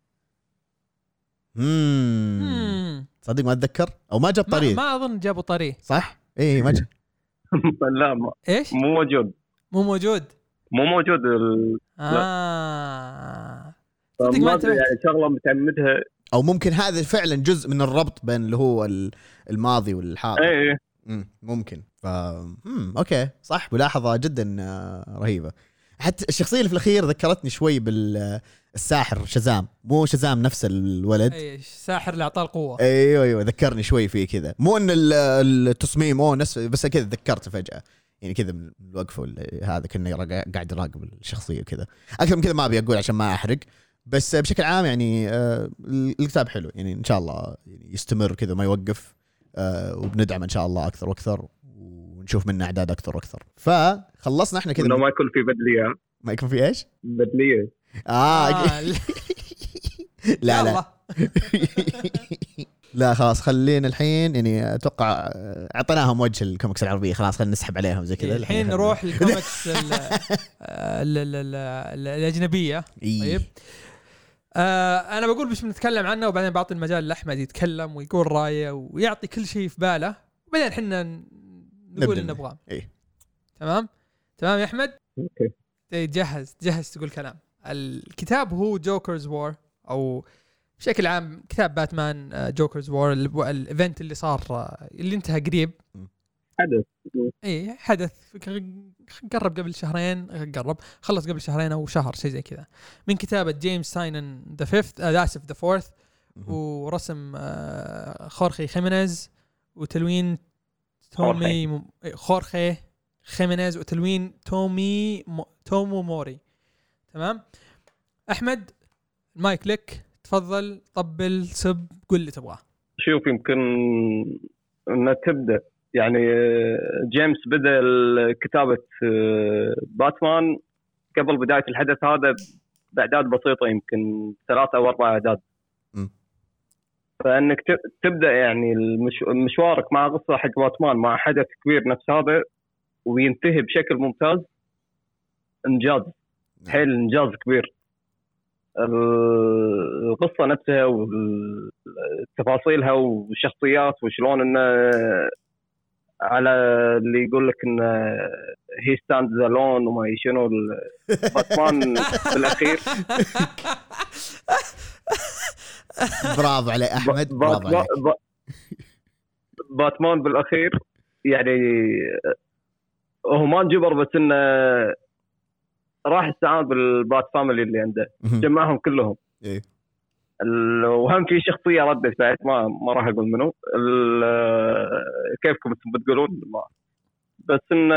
امم صدق ما اتذكر او ما جاب طريق. ما, ما اظن جابوا طريق. صح ايه ما جاب. لا ما ايش مو موجود مو موجود مو موجود ال... اه صدق ما يعني شغله متعمدها، او ممكن هذا فعلا جزء من الربط بين اللي هو الماضي والحاضر. اي امم ممكن ف امم اوكي صح، ملاحظه جدا رهيبه. حتى الشخصيه اللي في الاخير ذكرتني شوي بالساحر شازام، مو شازام نفس الولد. اي الساحر اللي اعطاه القوه. ايوه ايوه ذكرني شوي فيه كذا، مو ان التصميم او نفس، بس كذا ذكرته فجاه يعني كذا من الوقفه هذا كنا قاعد يراقب الشخصيه كذا. اكثر من كذا ما ابي اقول عشان ما احرق، بس بشكل عام يعني آه الكتاب حلو يعني ان شاء الله يعني يستمر كذا ما يوقف، آه وبندعم ان شاء الله اكثر واكثر ونشوف منه اعداد اكثر واكثر. فخلصنا احنا كذا. انه ما يكون في بدليه. ما يكون في ايش؟ بدليه. اه, آه لا لا لا خلاص خلينا الحين يعني اتوقع اعطيناهم وجه الكوميكس العربيه، خلاص خلينا نسحب عليهم زي كذا. الحين نروح للكوميكس الاجنبيه. طيب آه انا بقول مش بنتكلم عنه، وبعدين بعطي المجال لاحمد يتكلم ويقول رايه ويعطي كل شيء في باله، وبعدين احنا نقول اللي نبغاه. ايه تمام تمام يا احمد. اوكي تجهز تجهز تقول كلام. الكتاب هو جوكرز وور، او بشكل عام كتاب باتمان جوكرز وور، الايفنت اللي صار اللي انتهى قريب. حدث اي حدث قرب قبل شهرين، قرب خلص قبل شهرين او شهر شيء زي كذا، من كتابة جيمس ساينن ذا فيفث آسف ذا فورث، ورسم خورخي خيمينيز، وتلوين تومي خورخي خيمينيز، وتلوين تومي م... تومو موري. تمام احمد المايك لك، تفضل طبل سب قل اللي تبغاه. شوف يمكن ان تبدا يعني جيمس بدا كتابه باتمان قبل بدايه الحدث هذا باعداد بسيطه، يمكن ثلاثة او اربع اعداد. فانك تبدا يعني مشوارك مع قصه حق باتمان مع حدث كبير نفس هذا وينتهي بشكل ممتاز، انجاز حيل انجاز كبير. القصه نفسها وتفاصيلها والشخصيات وشلون انه على اللي يقول لك انه هي ستاندز الون وما شنو باتمان بالاخير برافو عليك احمد، برافو بات عليك. با باتمان بالاخير يعني هو ما انجبر، بس انه راح استعان بالبات فاميلي اللي عنده، جمعهم كلهم. ايه وهم في شخصيه ردت بعد، ما ما راح اقول منو كيفكم انتم بتقولون ما. بس ان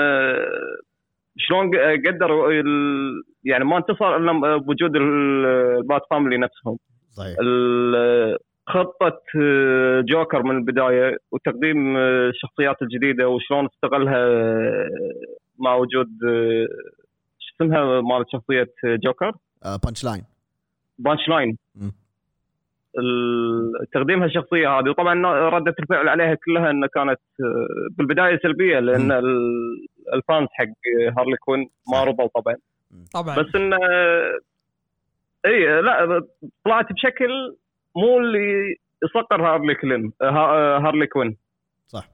شلون قدروا يعني ما انتصر الا بوجود البات فاميلي نفسهم. صحيح. خطه جوكر من البدايه وتقديم الشخصيات الجديده وشلون استغلها مع وجود شو اسمها مال شخصيه جوكر، بانش لاين بانش لاين تقديم هالشخصيه هذه. وطبعا ردة الفعل عليها كلها انه كانت بالبدايه سلبيه، لان الفانز حق هارلي كوين ما رضوا طبعا طبعا بس انه اي لا طلعت بشكل مو اللي يصقر هارلي كوين هارلي كوين صح.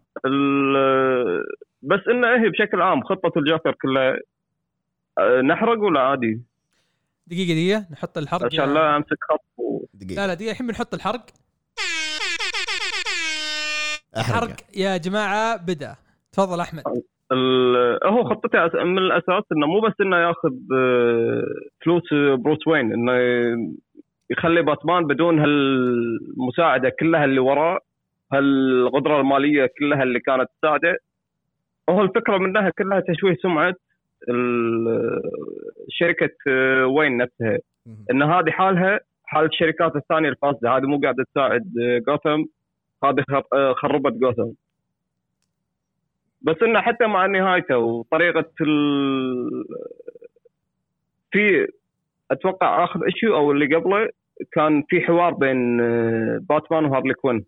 بس انه هي بشكل عام خطه الجوكر كلها نحرق ولا عادي؟ دقيقه دقيقه نحط الحرق عشان لا امسك خط و... لا لا دقيقه الحين بنحط الحرق. الحرق حرق يا جماعه بدا. تفضل احمد. هو خطته من الاساس انه مو بس انه ياخذ فلوس بروس وين، انه يخلي باتمان بدون هالمساعده كلها اللي وراه، هالقدره الماليه كلها اللي كانت تساعده. هو الفكره منها كلها تشويه سمعه شركه وين نفسها، ان هذه حالها حال الشركات الثانيه الفاسده، هذه مو قاعده تساعد غوثم، هذه خربت غوثم. بس انه حتى مع نهايته وطريقه ال... في اتوقع اخذ ايشيو او اللي قبله كان في حوار بين باتمان وهارلي كوين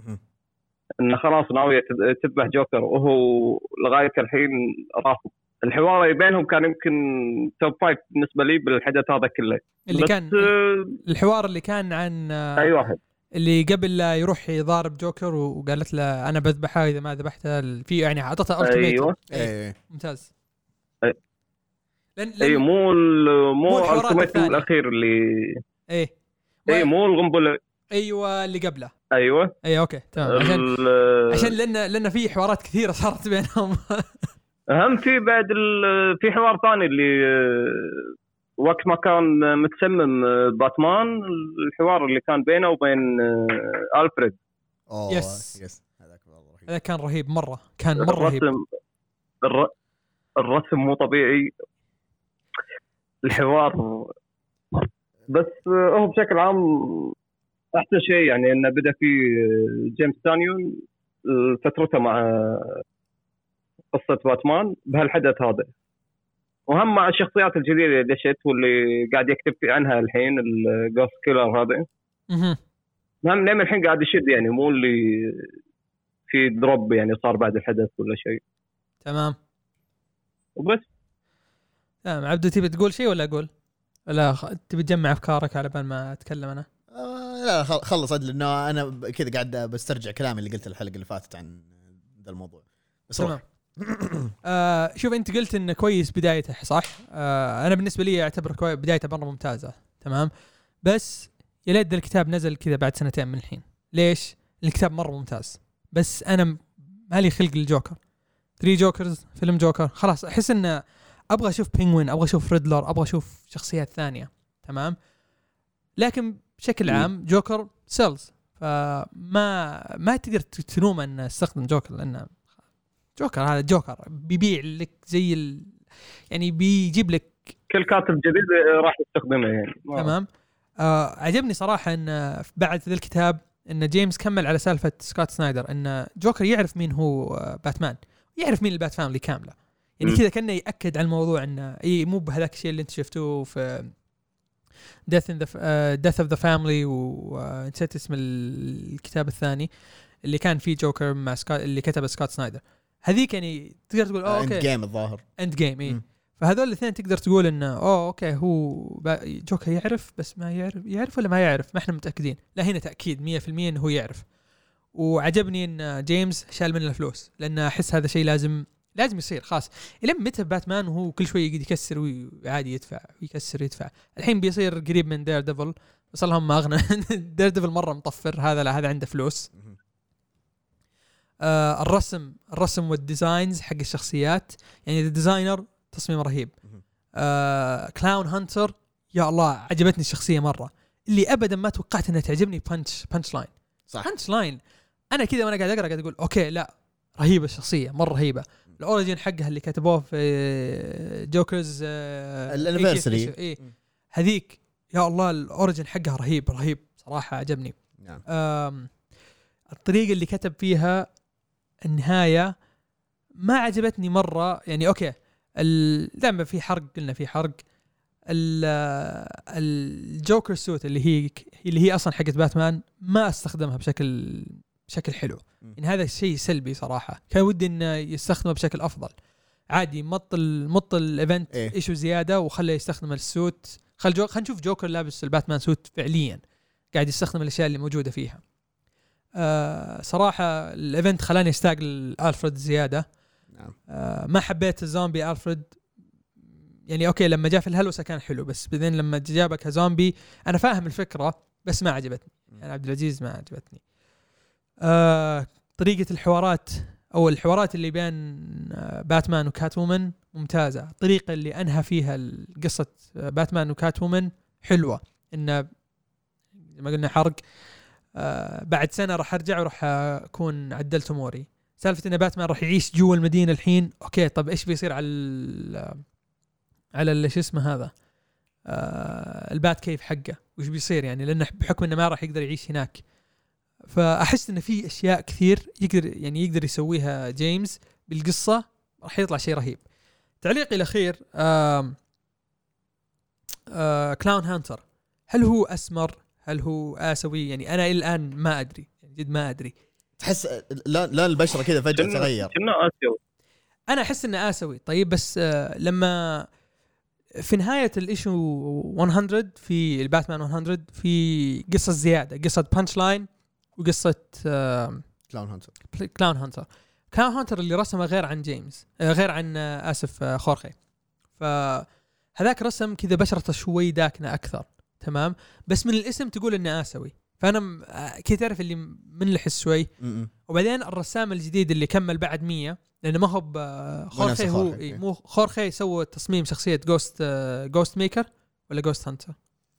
انه خلاص ناويه تذبح جوكر، وهو لغايه الحين رافض. الحوار اللي بينهم كان يمكن توب فايف بالنسبه لي بالحدث هذا كله. اللي كان الحوار اللي كان عن اي واحد اللي قبل لا يروح يضارب جوكر وقالت له انا بذبحها اذا ما ذبحتها في يعني اعطتها التيميت. ايوه أيه. ممتاز. أي. لن لن اي مو مو التيميت الاخير اللي ايه اي مو القنبله. ايوه اللي قبله. ايوه اي اوكي تمام. عشان ال... عشان لان لان في حوارات كثيره صارت بينهم. اهم في بعد في حوار ثاني اللي وقت ما كان متسمم باتمان، الحوار اللي كان بينه وبين ألفريد. أوه يس يس هذاك والله هذا كان رهيب مرة، كان مرة رهيب. الرسم الر... الرسم مو طبيعي، الحوار. بس هو بشكل عام أحسن شيء يعني إنه بدأ في جيمس تانيون فترته مع قصة باتمان بهالحدث هذا، وهم مع الشخصيات الجديدة اللي دشت واللي قاعد يكتب في عنها الحين الجوست كيلر هذا. اها نعم نعم الحين قاعد يشد يعني مو اللي في دروب يعني صار بعد الحدث ولا شيء. تمام وبس. تمام. عبدو تبي تقول شيء ولا أقول؟ لا خ... تبي تجمع أفكارك على بال ما أتكلم أنا؟ آه لا خلص أدل إنه أنا كذا قاعد بسترجع كلامي اللي قلت الحلقة اللي فاتت عن ذا الموضوع. بس تمام. آه شوف انت قلت انه كويس بدايته صح. آه انا بالنسبه لي اعتبر كويس بدايته مره ممتازه. تمام. بس يا ليت الكتاب نزل كذا بعد سنتين من الحين. ليش؟ الكتاب مره ممتاز بس انا مالي خلق الجوكر. ثري جوكرز فيلم جوكر خلاص احس انه ابغى اشوف بينغوين، ابغى اشوف ريدلر، ابغى اشوف شخصيات ثانيه. تمام. لكن بشكل عام جوكر سيلز، فما ما تقدر تلوم ان استخدم جوكر لانه جوكر هذا جوكر بيبيع لك زي ال... يعني بيجيب لك كل كاتب جديد راح يستخدمه يعني. تمام. آه عجبني صراحة ان بعد ذا الكتاب ان جيمس كمل على سالفة سكوت سنايدر ان جوكر يعرف مين هو باتمان، يعرف مين البات فاميلي كاملة يعني كذا كأنه يأكد على الموضوع انه اي مو بهذاك الشيء اللي انت شفتوه في Death in the uh, Death of the Family ونسيت اسم الكتاب الثاني اللي كان فيه جوكر مع سكوت اللي كتبه سكوت سنايدر. هذيك يعني تقدر تقول اوه اوكي اند جيم الظاهر اند جيم اي. فهذول الاثنين تقدر تقول انه اوه اوكي هو جوكر يعرف بس ما يعرف يعرف ولا ما يعرف ما احنا متاكدين. لا هنا تاكيد مية بالمية انه هو يعرف. وعجبني ان جيمس شال منه الفلوس لان احس هذا شيء لازم لازم يصير خاص. الى متى باتمان وهو كل شوي يقعد يكسر وعادي يدفع ويكسر يدفع. الحين بيصير قريب من دير ديفل بس اللهم ما أغنى. ديردفل مرة مطفر، هذا لا هذا عنده فلوس. آه الرسم الرسم والديزاينز حق الشخصيات، يعني الديزاينر تصميم رهيب. آه كلاون هانتر يا الله عجبتني الشخصية مرة، اللي أبدا ما توقعت أنها تعجبني. بانش بانش لاين صح. بانش لاين أنا كذا وأنا قاعد أقرأ قاعد أقول أوكي لا رهيبة الشخصية مرة رهيبة. الأوريجين حقها اللي كتبوه في جوكرز آه الانيفرساري إيه هذيك يا الله الأوريجين حقها رهيب رهيب صراحة عجبني. نعم. الطريقة اللي كتب فيها النهاية ما عجبتني مرة، يعني أوكي دائما في حرق، قلنا في حرق. الجوكر سوت اللي هي اللي هي أصلا حقت باتمان ما استخدمها بشكل بشكل حلو، يعني هذا الشيء سلبي صراحة. كان ودي إنه يستخدمه بشكل أفضل. عادي مط مط الإيفنت إيه؟ إيشو زيادة وخليه يستخدم السوت. خل جو خل نشوف جوكر لابس الباتمان سوت فعليا قاعد يستخدم الأشياء اللي موجودة فيها. آه صراحة الإيفنت خلاني استاقل ألفريد زيادة. نعم. آه ما حبيت الزومبي ألفريد، يعني أوكي لما جاء في الهلوسة كان حلو، بس بعدين لما جابك كزومبي أنا فاهم الفكرة بس ما عجبتني. يعني عبد العزيز ما عجبتني. آه طريقة الحوارات أو الحوارات اللي بين آه باتمان وكات وومن ممتازة. الطريقة اللي أنهى فيها قصة آه باتمان وكات وومن حلوة، إنه زي ما قلنا حرق. آه بعد سنة راح أرجع وراح أكون عدلت أموري. سالفة إن باتمان راح يعيش جوا المدينة الحين، أوكي طب إيش بيصير على على اللي شو اسمه هذا آه البات كيف حقه وإيش بيصير، يعني لأنه بحكم إنه ما راح يقدر يعيش هناك. فأحس إن في أشياء كثير يقدر يعني يقدر يسويها جيمس بالقصة، راح يطلع شيء رهيب. تعليقي الأخير آه آه كلاون هانتر، هل هو أسمر؟ هل هو آسيوي؟ يعني أنا إلى الآن ما أدري، يعني جد ما أدري. تحس لا لا البشرة كذا فجأة تغير. كنا آسيوي. أنا أحس إنه آسيوي. طيب بس آه لما في نهاية الإيشو مية في الباتمان مية في قصة زيادة، قصة بانش لاين وقصة آه كلاون هانتر. كلاون هانتر كلاون هانتر اللي رسمه غير عن جيمس آه غير عن آه آسف آه خورخي. فهذاك رسم كذا بشرته شوي داكنة أكثر، تمام، بس من الاسم تقول إنه آسيوي. فأنا كي تعرف اللي منلحس شوي. م-م. وبعدين الرسام الجديد اللي كمل بعد مية، لأنه ما هو خورخي، هو إيه مو خورخي سوى تصميم شخصية جوست جوست ميكر ولا جوست هانتر.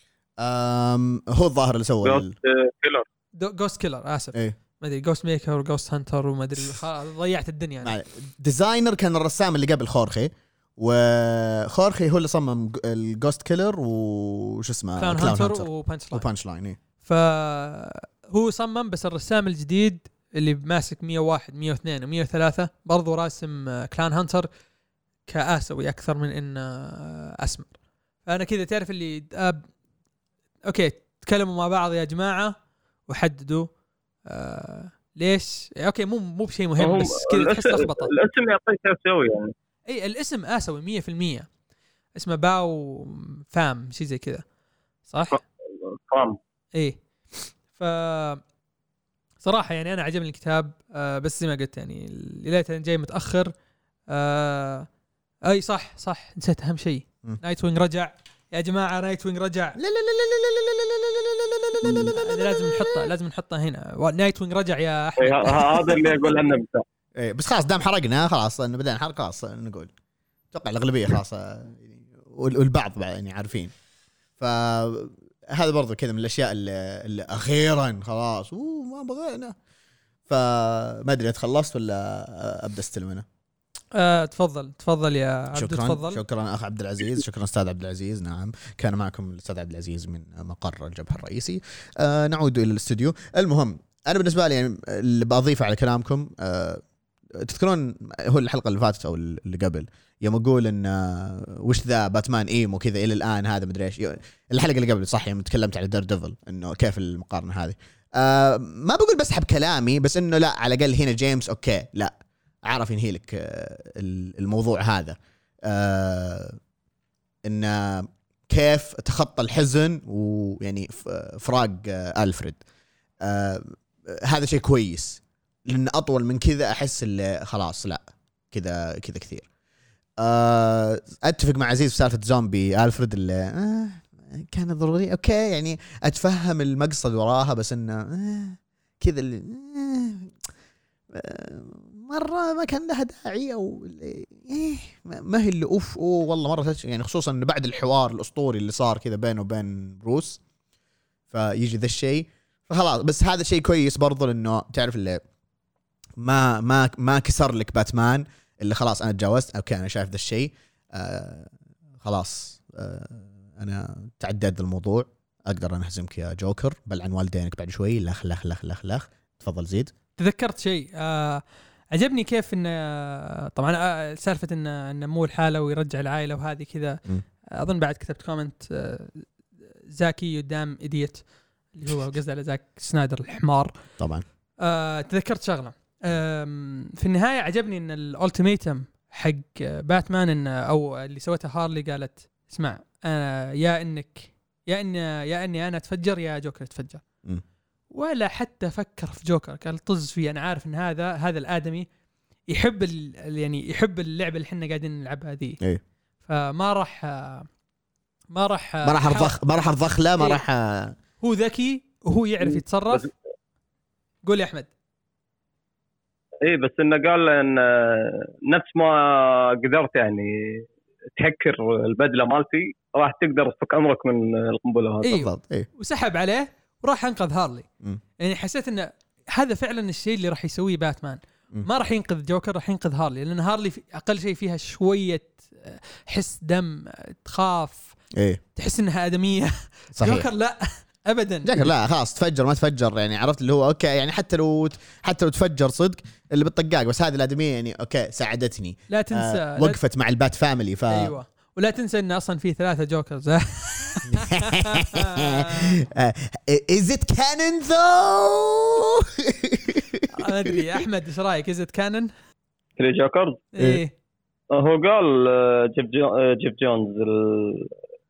أم هو الظاهر اللي سوى جوست كيلر جوست كيلر آسف إيه؟ ما أدري جوست ميكر وجوست هانتر وما أدري ضيعت الدنيا أنا. ديزاينر كان الرسام اللي قبل خورخي، وخورخي هو اللي صمم الجوست كيلر وش اسمه كلاون هانتر وبانش لاين. وبانش لاين إيه. فهو صمم، بس الرسام الجديد اللي ماسك مية وواحد مية واثنين ومية وثلاثة برضو راسم كلاون هانتر كآسوي أكثر من إن أسمر. فأنا كذا تعرف اللي أب... أوكي تكلموا مع بعض يا جماعة وحددوا آه... ليش أوكي مو مو بشيء مهم، بس كذا تحس لخبطة. الاسم يعطيك آسيوي يعني. أي الاسم آسوي مية في المية، اسمه باو فام شيء زي كذا صح؟ فام إيه. ف صراحة يعني أنا عجبني الكتاب آه بس زي ما قلت يعني ليلته جاي متأخر. آه أي صح صح نسيت أهم شيء، نايت وينج رجع يا جماعة. نايت وينج رجع. لا لا لا لا لا لا لا لا لازم نحطه لازم نحطه هنا. نايت وينج رجع يا أحمد. هذا اللي أقول عنه بتاع. إيه بس خلاص دام حرقنا خلاص إنه بدأنا حرق خلاص نقول توقع الأغلبية خلاص والبعض يعني عارفين. فهذا برضو كذا من الأشياء اللي, اللي أخيرا خلاص أوه ما بغينا. فما أدري تخلصت ولا أبدأ استلم أنا. أه تفضل تفضل يا عبد. شكرا تفضل. شكرا أخ عبد العزيز. شكرا أستاذ عبد العزيز. نعم كان معكم الأستاذ عبد العزيز من مقر الجبهة الرئيسي. أه نعود إلى الاستوديو. المهم أنا بالنسبة لي يعني اللي بأضيفه على كلامكم أه تذكرون هو الحلقة اللي فاتت أو اللي قبل يوم أقول إن وش ذا باتمان إيم وكذا إلى الآن هذا مدري إيش. الحلقة اللي قبل صح يوم تكلمت على دير ديفل إنه كيف المقارنة هذه. أه ما بقول بسحب كلامي بس إنه لا على الأقل هنا جيمس أوكي لا عارف ينهي لك الموضوع هذا. أه إن كيف تخطى الحزن ويعني فراق ألفريد. أه هذا شيء كويس لأن أطول من كذا أحس اللي خلاص لا كذا كذا كثير. أه أتفق مع عزيز في سالفة زومبي ألفريد اللي أه كانت ضرورية. أوكي يعني أتفهم المقصد وراها، بس إنه آه كذا اللي آه مرة ما كان لها داعي، أو إيه ما هي اللي أوف أوه والله مرة يعني، خصوصا إنه بعد الحوار الأسطوري اللي صار كذا بينه وبين بروس فيجي ذا الشيء، فخلاص. بس هذا شيء كويس برضو، لأنه تعرف اللي ما ما ما كسر لك باتمان اللي خلاص أنا تجاوزت. أوكي أنا شايف ذا الشيء آه خلاص آه أنا تعدد الموضوع، أقدر أنا أهزمك يا جوكر، بل عن والدينك بعد شوي. لخ لخ لخ لخ لخ تفضل زيد. تذكرت شيء آه عجبني كيف إن آه طبعا آه سالفة إن إن مو الحالة ويرجع العائلة وهذه كذا. أظن بعد كتبت كومنت آه زاكي قدام إديت اللي هو قصده على زاك سنايدر الحمار طبعا. آه تذكرت شغلة آه في النهاية عجبني إن الأولتيميتم حق باتمان إن أو اللي سوتها هارلي قالت اسمع آه يا إنك يا إن يا إني أنا أتفجر يا جوكر أتفجر، م. ولا حتى فكر في جوكر، قال طز فيه. أنا عارف إن هذا هذا الآدمي يحب يعني يحب اللعبة اللي إحنا قاعدين نلعبها هذه، إيه. فما راح ما راح ما راح ارضخ ما راح ارضخ له ما إيه. راح. هو ذكي وهو يعرف يتصرف. قول يا أحمد. ايه بس انه قال ان نفس ما قدرت يعني تهكر البدله مالتي راح تقدر تفك امرك من القنبله هذه. إيه. بالضبط. إيه. وسحب عليه وراح ينقذ هارلي. م. يعني حسيت ان هذا فعلا الشيء اللي راح يسويه باتمان. م. ما راح ينقذ جوكر، راح ينقذ هارلي، لان هارلي اقل شيء فيها شويه حس دم، تخاف، إيه. تحس انها ادميه. صحيح. جوكر لا ابدا. جوكر لا خلاص تفجر ما تفجر يعني، عرفت اللي هو اوكي يعني حتى لو حتى لو تفجر صدق اللي بالطقاق، بس هذه الادميه يعني اوكي ساعدتني. لا تنسى آه وقفت مع البات فاميلي. ف ايوه، ولا تنسى ان اصلا في ثلاثه جوكرز. Is it canon though؟ ما ادري احمد ايش رايك؟ از ات كانن ثري جوكرز؟ ايه هو قال جيف جو جيف جونز ال...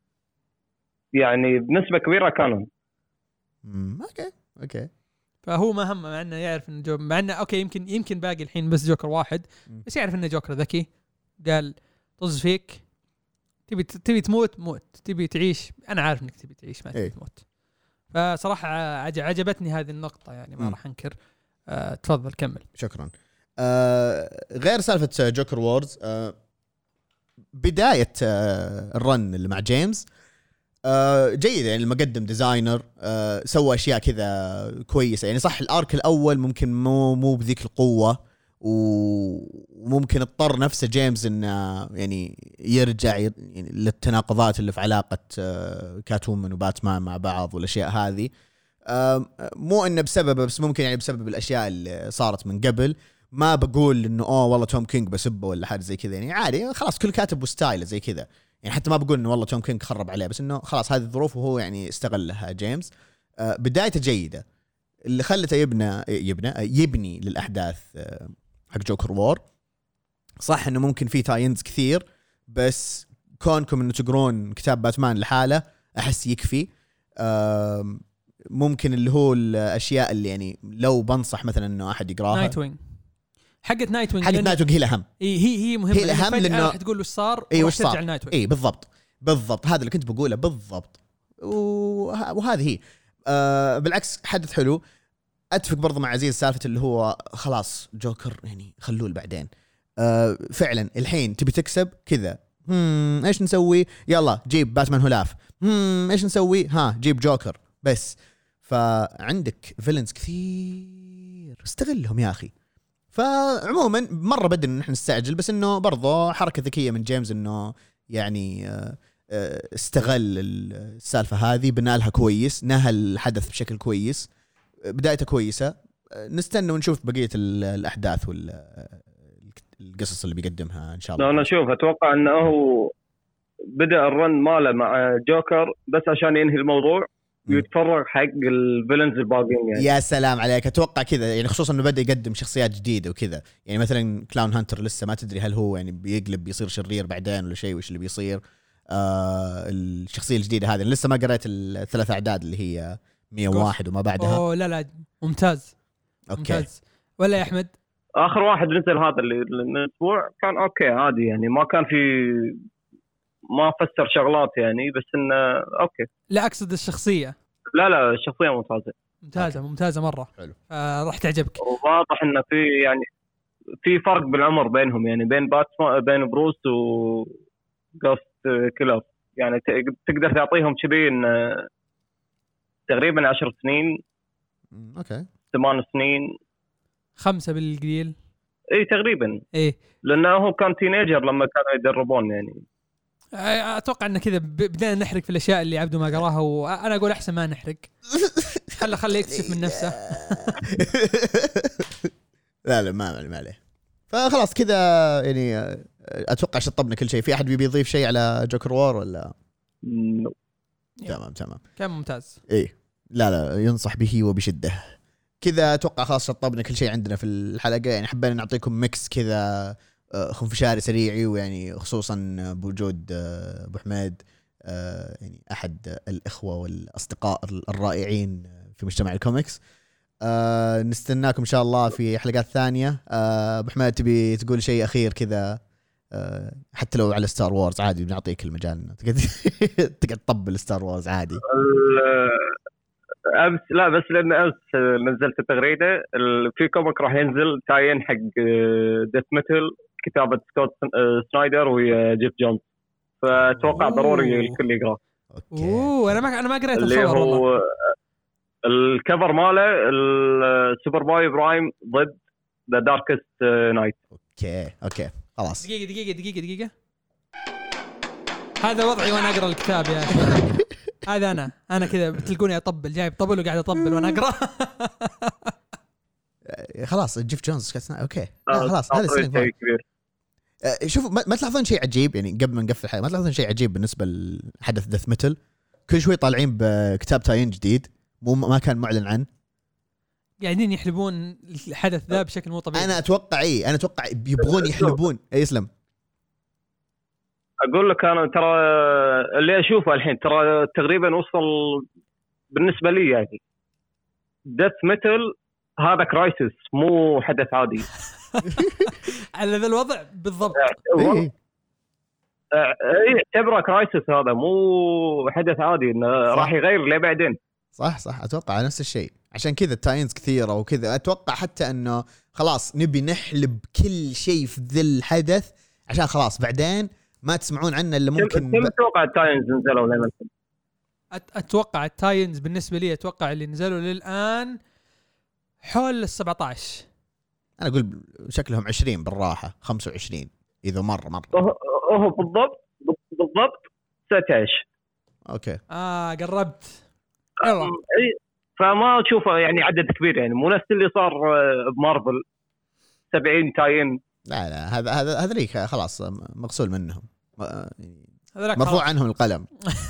يعني بنسبه كبيره كانون. اوكي اوكي. فهو ما هم مع انه يعرف انه جو... مع انه اوكي يمكن يمكن باقي الحين بس جوكر واحد، بس يعرف انه جوكر ذكي. قال طز فيك، تبي تبي تموت موت، تبي تعيش انا عارف انك تبي تعيش ما تبي تموت. فصراحه عجبتني هذه النقطه يعني ما راح انكر. أه تفضل كمل. شكرا. أه غير سالفه جوكر وورز، أه بدايه أه الرن اللي مع جيمس أه جيدة يعني. المقدم ديزاينر أه سوى أشياء كذا كويسة يعني. صح الارك الأول ممكن مو مو بذيك القوة، وممكن اضطر نفسه جيمس إنه يعني يرجع يعني للتناقضات اللي في علاقة أه كاتومان وباتمان مع بعض والأشياء هذه. أه مو إنه بسببه، بس ممكن يعني بسبب الأشياء اللي صارت من قبل. ما بقول إنه أوه والله توم كينج بسبه ولا حاجة زي كذا يعني، عادي خلاص كل كاتب وستايله زي كذا يعني. حتى ما بقول إنه والله توم كينج خرب عليه، بس إنه خلاص هذه الظروف وهو يعني استغلها جيمس. آه بدايته جيدة اللي خلته يبنى يبنى يبني للأحداث آه حق جوكر وور. صح إنه ممكن فيه تاينز كثير، بس كونكم إنه تقرون كتاب باتمان لحاله أحس يكفي. آه ممكن اللي هو الأشياء اللي يعني لو بنصح مثلا إنه أحد يقراها. نايت وينج حقت نايت وينج حقت نايت وينج هي الأهم. إيه هي هي مهمة. هي الأهم لأنه راح تقول له صار إيه وش ترجع نايت وينج. إيه بالضبط بالضبط هذا اللي كنت بقوله بالضبط. وهذه هي آه بالعكس حدث حلو. أتفق برضو مع عزيز سالفة اللي هو خلاص جوكر يعني خلوه بعدين. آه فعلا الحين تبي تكسب كذا، هم إيش نسوي؟ يلا جيب باتمان هلاف. هم إيش نسوي؟ ها جيب جوكر بس. فعندك فيلنز كثير استغلهم يا أخي. فعموما مرة بدنا إن نحن نستعجل، بس إنه برضو حركة ذكية من جيمس إنه يعني استغل السالفة هذه، بنالها كويس، نهى الحدث بشكل كويس، بدايته كويسة. نستنى ونشوف بقية الأحداث والقصص اللي بيقدمها إن شاء الله. أنا أشوف أتوقع أنه بدأ الرن ماله مع جوكر بس عشان ينهي الموضوع ويتفرغ حق الفيلنز الباقين يعني. يا سلام عليك، اتوقع كذا يعني، خصوصا انه بدا يقدم شخصيات جديده وكذا يعني. مثلا كلاون هانتر لسه ما تدري هل هو يعني بيقلب بيصير شرير بعدين ولا شيء، وش اللي بيصير. آه الشخصيه الجديده هذه لسه ما قريت الثلاث اعداد اللي هي مية وواحد وما بعدها. اوه لا لا ممتاز. أوكي. ممتاز ولا يا احمد؟ اخر واحد نزل هذا اللي الاسبوع كان اوكي عادي يعني، ما كان في ما فسر شغلات يعني، بس انه اوكي. لا اقصد الشخصيه. لا لا الشخصيه ممتازه ممتازه أوكي. ممتازه مره حلو. آه راح تعجبك. وواضح انه في يعني في فرق بالعمر بينهم، يعني بين باتمان بين بروس و جوست كيلر، يعني تقدر تعطيهم كذي تقريبا عشر سنين اوكي ثمان سنين خمسة بالقليل. اي تقريبا ايه لانه هو كان تينيجر لما كانوا يدربون يعني. اتوقع ان كذا بدنا نحرق في الاشياء اللي عبده ما قراها، وانا اقول احسن ما نحرق. خله خله يكتشف من نفسه. لا لا ما ما عليه. فخلاص كذا يعني اتوقع شطبنا كل شيء. في احد بيبي يضيف شيء على جوكر وور ولا؟ نو. تمام تمام كان ممتاز. ايه لا لا ينصح به وبشده. كذا اتوقع خلاص شطبنا كل شيء عندنا في الحلقه. يعني حبينا نعطيكم ميكس كذا خنفشاري سريعي، ويعني خصوصا بوجود ابو حميد يعني احد الاخوه والاصدقاء الرائعين في مجتمع الكوميكس. نستناكم ان شاء الله في حلقات ثانيه. ابو حميد تبي تقول شيء اخير كذا حتى لو على ستار وورز عادي، بنعطيك المجال تقعد تقعد تطبل ستار وورز عادي. امس لا بس لان امس نزلت التغريده في كوميك راح ينزل تاين حق ديث ميتل كتابه سكوت سنايدر وجيف جونز، فاتوقع ضروري الكل يقراه. اوه انا ما انا ما قريت اللي الخبر هو والله. الكفر ماله السوبر باي برايم ضد ذا داركست نايت. اوكي اوكي خلاص دقيقه دقيقه دقيقه دقيقه هذا وضعي وانا اقرا الكتاب يا اخي. هذا انا انا كذا بتلقوني اطبل، جايب طبل وقاعد اطبل وانا اقرا. خلاص جيف جونز اوكي خلاص هذا شيء كبير. شوفوا ما تلاحظون شيء عجيب يعني قبل ما نقفل الحلقه؟ ما تلاحظون شيء عجيب بالنسبه لحدث ديث ميتل؟ كل شوي طالعين بكتاب تاين جديد مو ما كان معلن عنه، قاعدين يحلبون الحدث ذا بشكل مو طبيعي. انا اتوقع ايه انا اتوقع يبغون يحلبون. اي يسلم. اقول لك انا ترى اللي اشوفه الحين ترى تقريبا وصل بالنسبه لي يعني ديث ميتل هذا كرايسيس مو حدث عادي. على ذا الوضع بالضبط. اي اعتبره كرايسيس، هذا مو حدث عادي انه راح يغير ليه بعدين. صح صح اتوقع نفس الشيء. عشان كذا التاينز كثيره وكذا. اتوقع حتى انه خلاص نبي نحلب كل شيء في ذا الحدث عشان خلاص بعدين ما تسمعون عنه الا ممكن. كم اتوقع التاينز نزلوا لنا؟ اتوقع التاينز بالنسبه لي اتوقع اللي نزلوا للان حول السبعتاشر. انا اقول شكلهم عشرين بالراحه، خمسة وعشرين اذا مره مره. هو بالضبط بالضبط ستاشر. اوكي اه قربت. يلا فما اشوفه يعني عدد كبير، يعني مو نفس اللي صار بمارفل سبعين تاين. لا لا هذا هذا هذا ليك خلاص مغسول منهم، مرفوع خلاص. عنهم القلم.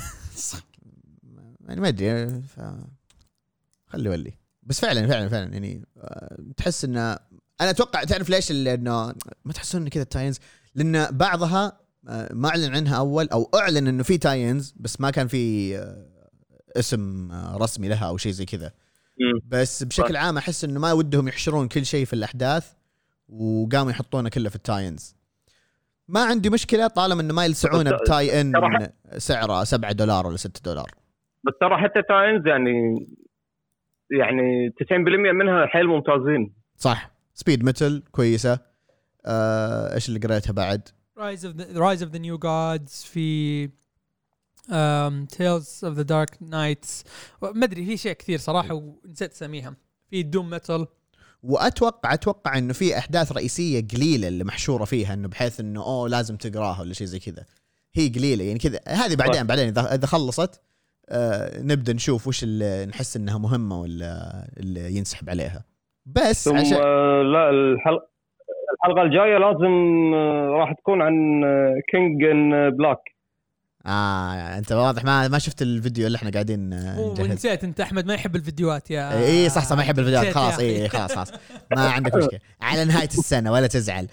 يعني ما ادري ف... خلي ولي. بس فعلا فعلا فعلا يعني تحس انه انا اتوقع تعرف ليش انه ما تحسون ان كذا التاينز، لان بعضها ما اعلن عنها اول او اعلن انه في تاينز بس ما كان في اسم رسمي لها او شيء زي كذا. بس بشكل عام احس انه ما ودهم يحشرون كل شيء في الاحداث وقاموا يحطونه كله في التاينز. ما عندي مشكله طالما انه ما يلسعونه بتاي ان سعره سبعة دولار ولا ستة دولار. بس ترى حتى تاينز يعني يعني تسعين بالمئة منها حيل ممتازين. صح. سبيد ميتل كويسه. آه، ايش اللي قريتها بعد؟ رايز اوف ذا رايز اوف ذا نيو جادز، في um Tales of the Dark Knights، ما ادري في شيء كثير صراحه ونسيت اسميها. في دوم ميتل. واتوقع اتوقع انه في احداث رئيسيه قليله اللي محشوره فيها انه بحيث انه اوه لازم تقراها ولا شيء زي كذا. هي قليله يعني كذا. هذه بعدين بعدين اذا خلصت آه نبدا نشوف وش اللي نحس انها مهمه ولا اللي ينسحب عليها. بس عشان لا الحلقه الحلقه الجايه لازم راح تكون عن كينج ان بلاك. اه انت واضح ما ما شفت الفيديو اللي احنا قاعدين نجهز. ونسيت انت احمد ما يحب الفيديوهات يا اي صح صح ما يحب الفيديوهات. خلاص اي خلاص خلاص ما عندك مشكله على نهايه السنه ولا تزعل.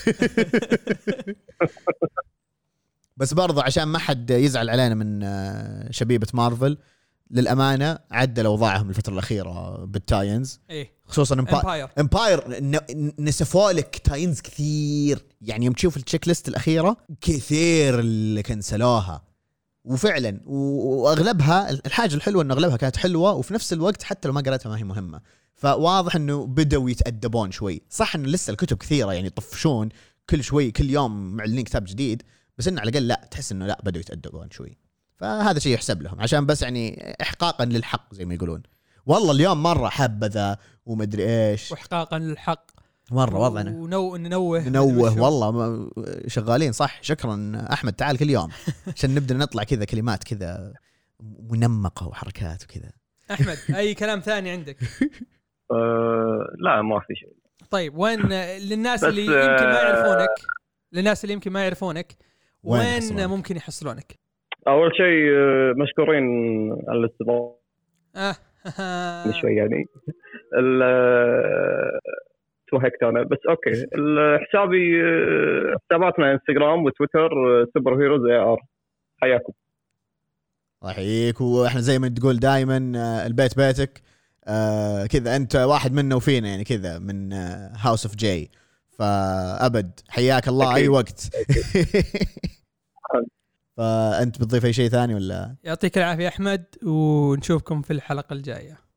بس برضو عشان ما حد يزعل علينا من شبيبه مارفل، للامانه عدلوا وضعهم الفتره الاخيره بالتاينز. ايه خصوصا امباير امباير نسفوا لك تاينز كثير، يعني يوم تشوف التشيك ليست الاخيره كثير اللي كنسلوها، وفعلا واغلبها الحاجه الحلوه انه اغلبها كانت حلوه، وفي نفس الوقت حتى لو ما قرأتها ما هي مهمه. فواضح انه بدأوا يتأدبون شوي. صح انه لسه الكتب كثيره يعني يطفشون كل شوي، كل يوم معلنين كتاب جديد، بس انه على الاقل لا تحس انه لا بدأوا يتأدبون شوي. فهذا شيء يحسب لهم عشان بس يعني احقاقا للحق زي ما يقولون. والله اليوم مره حبذا ومدري ايش، واحقاقا للحق مره وضعنا ونو ننوه ننوه والله شغالين صح. شكرا احمد، تعال كل يوم عشان نبدا نطلع كذا كلمات كذا منمقه وحركات وكذا. احمد اي كلام ثاني عندك؟ أه لا ما في شيء. طيب وين للناس اللي يمكن ما يعرفونك، للناس اللي يمكن ما يعرفونك وين, وين ممكن يحصلونك؟ اول شيء مشكورين على الاستضافه اه شوي يعني توهقت انا بس اوكي. حسابي حساباتنا انستغرام وتويتر سوبر هيروز اي ار. حياكم. احييك. واحنا زي ما تقول دائما البيت بيتك آه كذا، انت واحد منا وفينا يعني كذا من هاوس اوف جاي، فابد حياك الله اي وقت. فانت بتضيف اي شيء ثاني ولا؟ يعطيك العافيه احمد، ونشوفكم في الحلقه الجايه.